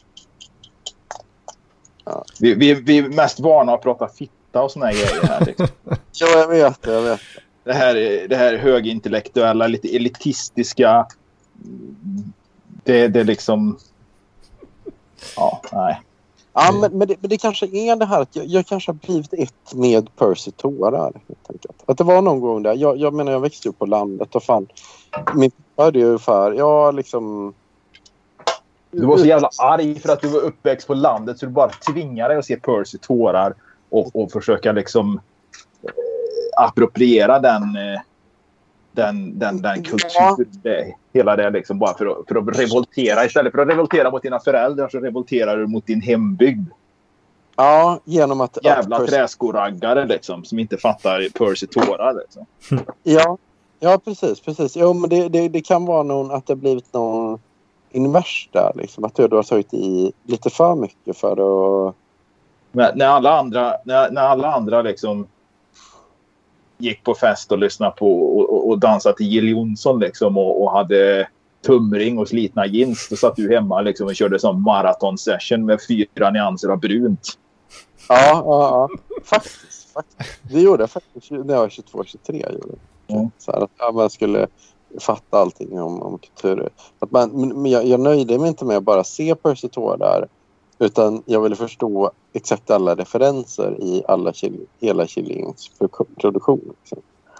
Ja. Vi är mest vana att prata fitta och såna här grejer här liksom. Ja, jag vet. Det här högintellektuella, lite elitistiska... Det är liksom... Ja, nej. Ja, men det kanske är det här att jag kanske har blivit ett med Percy tårar. Att det var någon gång där. Jag menar, jag växte upp på landet och fan. Min pappa är ju för, liksom... Du var så jävla arg för att du var uppväxt på landet så du bara tvingade dig att se Percy tårar och försöka liksom appropriera den kulturen. Hela det liksom bara för att revoltera. Istället för att revoltera mot dina föräldrar så revolterar du mot din hembygd. Ja, genom att... Jävla träskoraggare liksom som inte fattar Percy tårar liksom. Ja, precis. Jo, men det kan vara att det blivit någon invers där liksom. Att du har tagit i lite för mycket för att... Men när alla andra liksom gick på fest och lyssnade på och dansade till Jill Johnson liksom och hade tumring och slitna jeans, då satt du hemma liksom och körde sån maraton session med 4 nyanser av brunt. Ja. Faktiskt. Det gjorde jag faktiskt när jag var 22-23. Så här att man skulle fatta allting om kultur. Men jag nöjde mig inte med att bara se Percy tårar, utan jag ville förstå exakt alla referenser i hela Killings produktion. Liksom.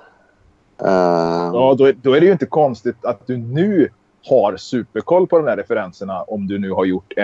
Ja, då är det ju inte konstigt att du nu har superkoll på de här referenserna om du nu har gjort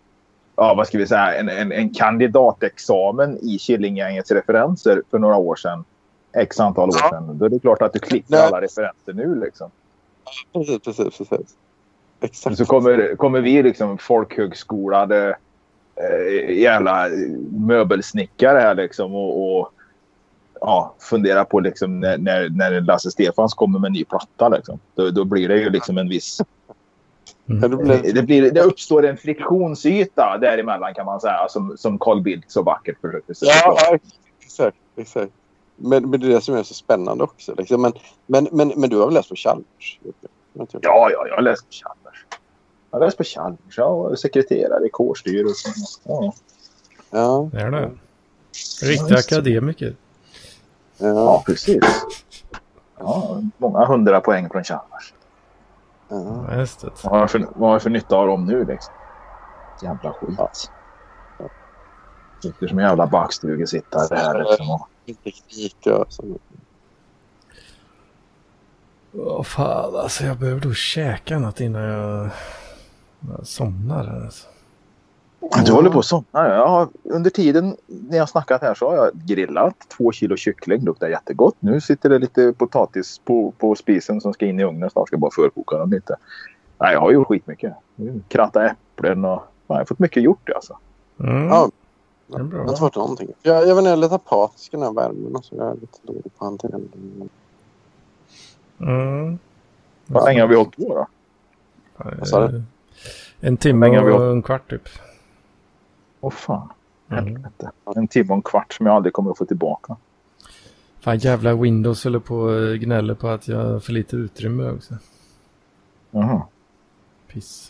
en kandidatexamen i Killinggängets referenser för några år sedan. X antal år sedan. Då är det klart att du klickar alla referenser nu liksom. Precis. Exakt. Så kommer vi liksom folkhögskolade jävla möbelsnickare här liksom och fundera på liksom när Lasse Stefans kommer med en ny platta liksom. Då blir det ju liksom en viss det uppstår en friktionsyta däremellan kan man säga som Carl Bildt så vackert försökte säga. Ja, exakt. Men det är det som är så spännande också liksom. Men du har väl läst på Chalmers? Ja, jag har läst på Chalmers. Jag har läst på Chalmers och sekreterare i kårstyrelsen. Ja. Det är det. Riktiga akademiker. Ja, precis. Ja, många 100 poäng från Chalmers. Ja, just det. Vad är för nytta av dem nu liksom? Jävla skit. Ja. Sitter som en jävla bakstugesittare här liksom. Teknik och så. Fan, alltså jag behöver då käka något innan jag somnar här alltså. Du håller på att somna. Ja, under tiden när jag snackat här så har jag grillat 2 kilo kyckling. Luktar jättegott. Nu sitter det lite potatis på spisen som ska in i ugnen. Snart ska jag bara förkoka dem lite. Nej, jag har gjort skitmycket. Kratta äpplen och jag har fått mycket gjort alltså. Ja, det är bra. Jag har fått någonting. Jag vet inte, lite apatisk i den här värmen. Så jag är lite dålig på hanteringen. Vad länge har vi hållit på då? Vad sa du? En timme och en kvart typ. Åh fan. En timme och en kvart som jag aldrig kommer att få tillbaka. Fan, jävla Windows håller på gnäller på att jag har för lite utrymme också. Piss.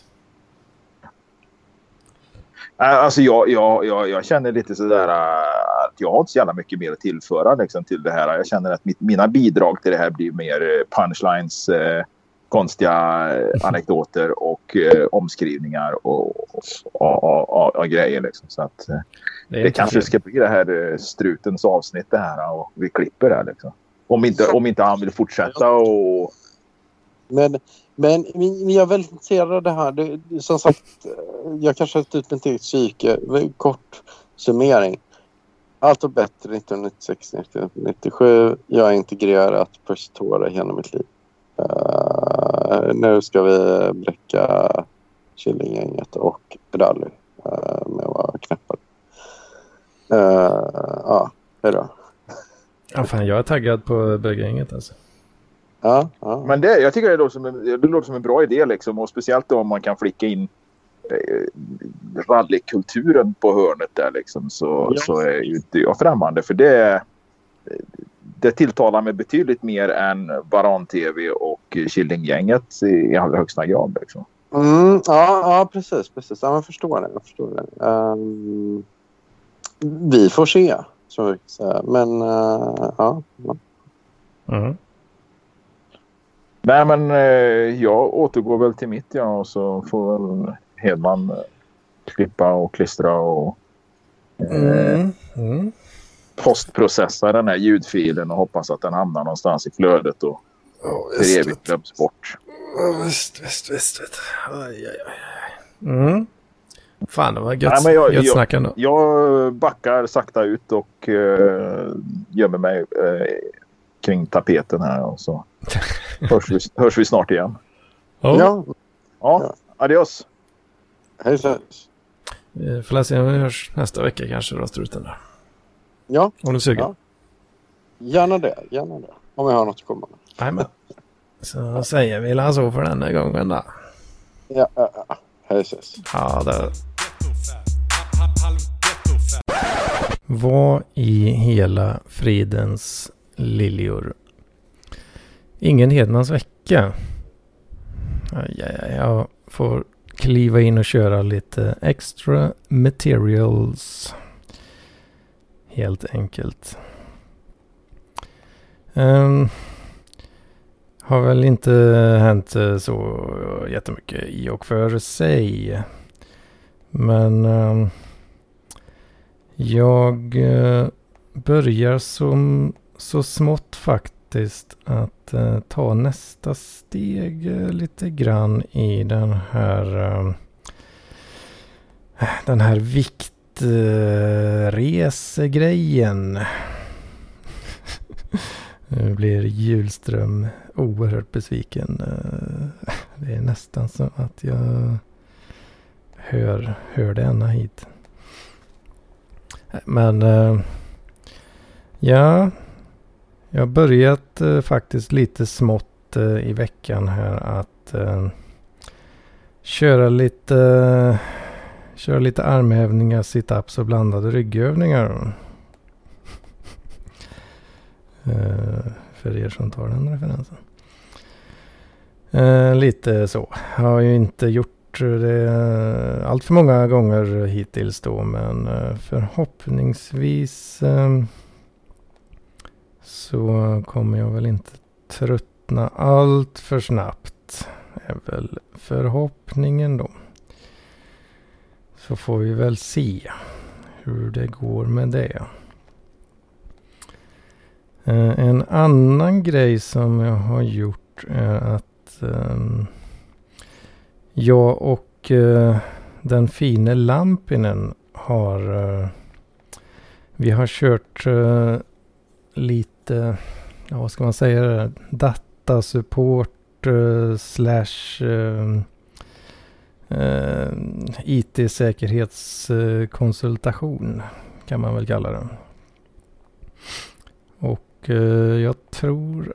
Alltså jag känner lite sådär att jag har inte så jävla mycket mer att tillföra liksom, till det här. Jag känner att mina bidrag till det här blir mer punchlines, konstiga anekdoter och omskrivningar och grejer liksom. Så att det kanske ska bli det här strutens avsnitt det här och vi klipper det här liksom. Om inte han vill fortsätta och... Men jag är väldigt intresserad av det här. Som sagt, jag kanske har ut mitt eget psyke. Kort summering. Allt var bättre 1996-1997. Jag har integrerat Percy tårar genom mitt liv. Nu ska vi bräcka Killinggänget och rally med att vara knäppad. Hej då. Ja, fan, jag är taggad på böggänget alltså. Ja. Men jag tycker det låter som en bra idé liksom, och speciellt om man kan flicka in rallykulturen på hörnet där liksom, så är ju inte jag främmande för det tilltalar mig betydligt mer än Baran-TV och Killinggänget i allra högsta grad liksom. Precis. Ja, jag förstår det. Vi får se, så jag säga. Men ja. Nej, men jag återgår väl till mitt, och så får väl Hedman klippa och klistra och postprocessa den här ljudfilen och hoppas att den hamnar någonstans i flödet och för evigt glöms bort. Visst. Aj. Fan, det var gött snack ändå. Jag backar sakta ut och gömmer mig kring tapeten här, och så hörs vi snart igen. Ja, adios. Hej så. Får se om vi hörs nästa vecka kanske då, struten där. Ja. Om du suger. Ja. Gärna det. Om jag har något att komma med. Nej, men. Så säger vi så för den här gången då. Ja. Hej ses. Ja, det. Vad i hela fridens liljor? Ingen Hedmans vecka. Jag får kliva in och köra lite extra materials. Helt enkelt. Har väl inte hänt så jättemycket i och för sig. Men jag börjar så smått faktiskt att ta nästa steg lite grann i den här viktresegrejen. Nu blir Hjulström oerhört besviken. Det är nästan så att jag hör det ända hit. Men ja, jag har börjat faktiskt lite smått i veckan här att köra lite armhävningar, sit-ups och blandade ryggövningar. För er som tar den referensen. Lite så. Jag har ju inte gjort det allt för många gånger hittills då, men förhoppningsvis så kommer jag väl inte tröttna allt för snabbt. Är väl förhoppningen då. Så får vi väl se hur det går med det. En annan grej som jag har gjort är att jag och den fine Lampinen vi har kört lite, vad ska man säga, datasupport / IT-säkerhetskonsultation kan man väl kalla det. Och jag tror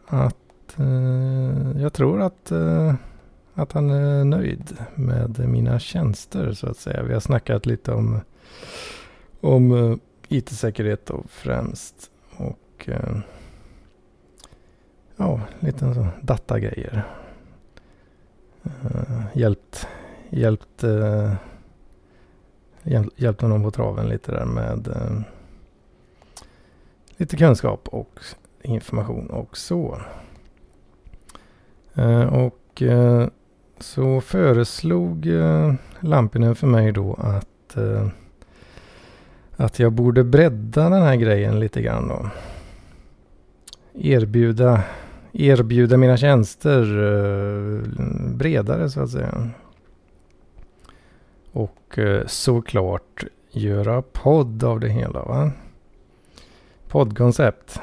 att han är nöjd med mina tjänster så att säga. Vi har snackat lite om IT-säkerhet då främst och lite så datagrejer. Hjälpt honom på traven lite där med lite kunskap och information och så. Och så föreslog Lampinen för mig då att jag borde bredda den här grejen lite grann då. Erbjuda mina tjänster bredare så att säga. Och såklart göra podd av det hela, va? Poddkoncept.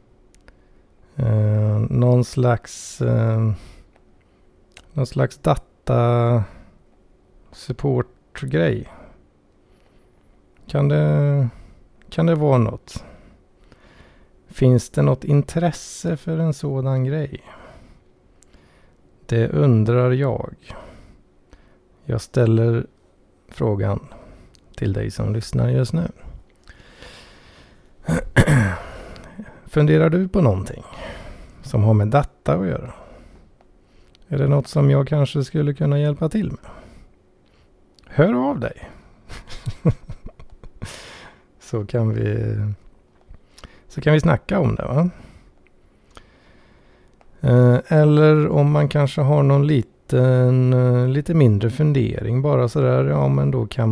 Någon slags supportgrej. Kan det vara något? Finns det något intresse för en sådan grej? Det undrar jag. Jag ställer frågan till dig som lyssnar just nu. Funderar du på någonting som har med data att göra? Är det något som jag kanske skulle kunna hjälpa till med? Hör av dig. Så kan vi snacka om det, va? Eller om man kanske har någon lite mindre fundering bara sådär, ja men då kan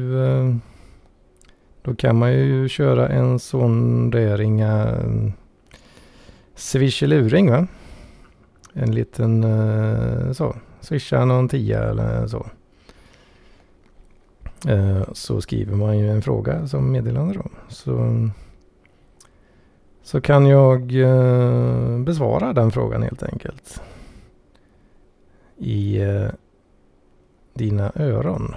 man ju köra en sondering, swisheluring, va? En liten swisha någon 10 eller så. Så skriver man ju en fråga som meddelande då. Så kan jag besvara den frågan helt enkelt. I dina öron.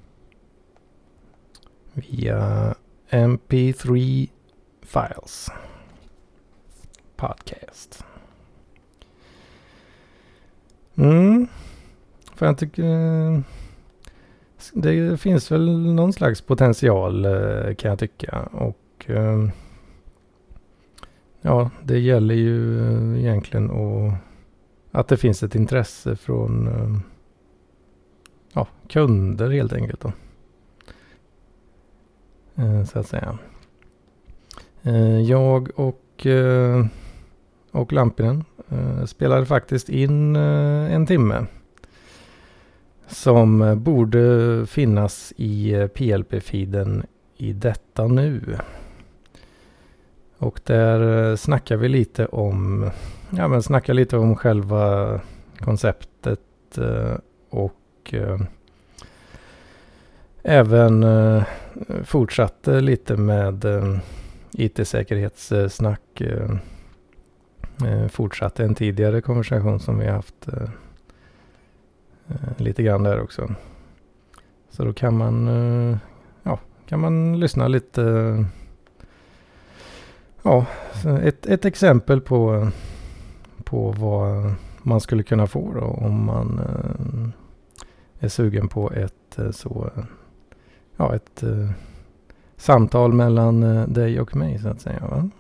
Via MP3 files. Podcast. För jag tycker det finns väl någon slags potential kan jag tycka. Och ja, det gäller ju egentligen att det finns ett intresse från kunder helt enkelt då. Så att säga. Jag och Lampinen spelade faktiskt in en timme som borde finnas i PLP-feeden i detta nu. Och där snackar vi lite om själva konceptet och även fortsatte lite med IT-säkerhetssnack. Fortsatte en tidigare konversation som vi har haft lite grann där också. Så då kan man lyssna lite. Ja, ett exempel på vad man skulle kunna få då, om man är sugen på ett samtal mellan dig och mig så att säga, va?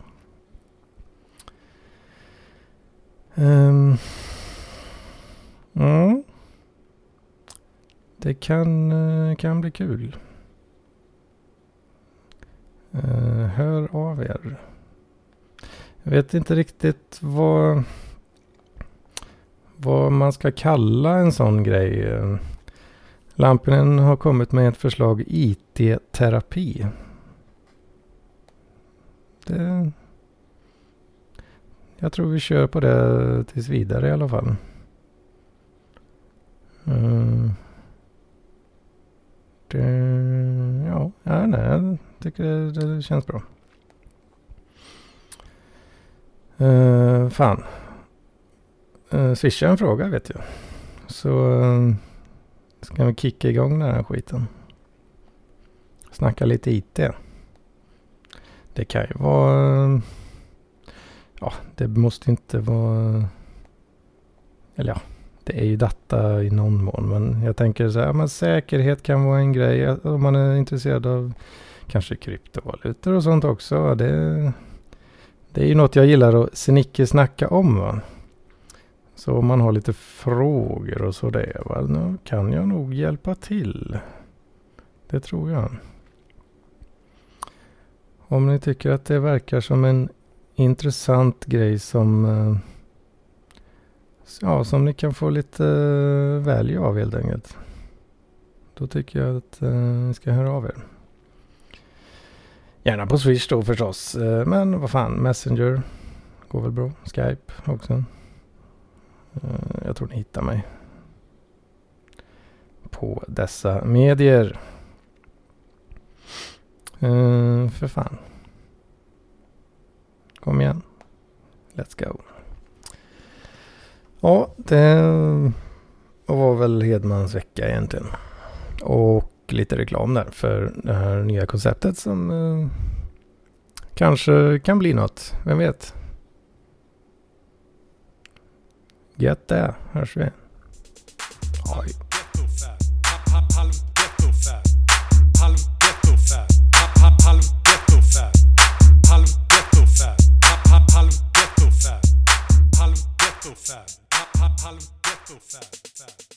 Det kan bli kul. Hör av er. Jag vet inte riktigt vad man ska kalla en sån grej. Lampinen har kommit med ett förslag, IT-terapi. Jag tror vi kör på det tills vidare i alla fall. Jag tycker det känns bra. Swisha en fråga vet jag. Så ska vi kicka igång den här skiten. Snacka lite IT. Det kan ju vara... det måste inte vara... Eller ja, det är ju data i någon mån. Men jag tänker så här, men säkerhet kan vara en grej. Om man är intresserad av kanske kryptovalutor och sånt också. Det är ju något jag gillar att snacka om, va? Så om man har lite frågor och så där, va? Nu kan jag nog hjälpa till. Det tror jag. Om ni tycker att det verkar som en intressant grej som ni kan få lite value av helt enkelt. Då tycker jag att ni ska höra av er. Gärna på Swish då förstås. Men vad fan, Messenger går väl bra. Skype också. Jag tror ni hittar mig på dessa medier. För fan. Kom igen. Let's go. Ja, det var väl Hedmans vecka egentligen. Och lite reklam där för det här nya konceptet som kanske kan bli något. Vem vet? Get där, hörs vi. Oj. Halv ghetto fab.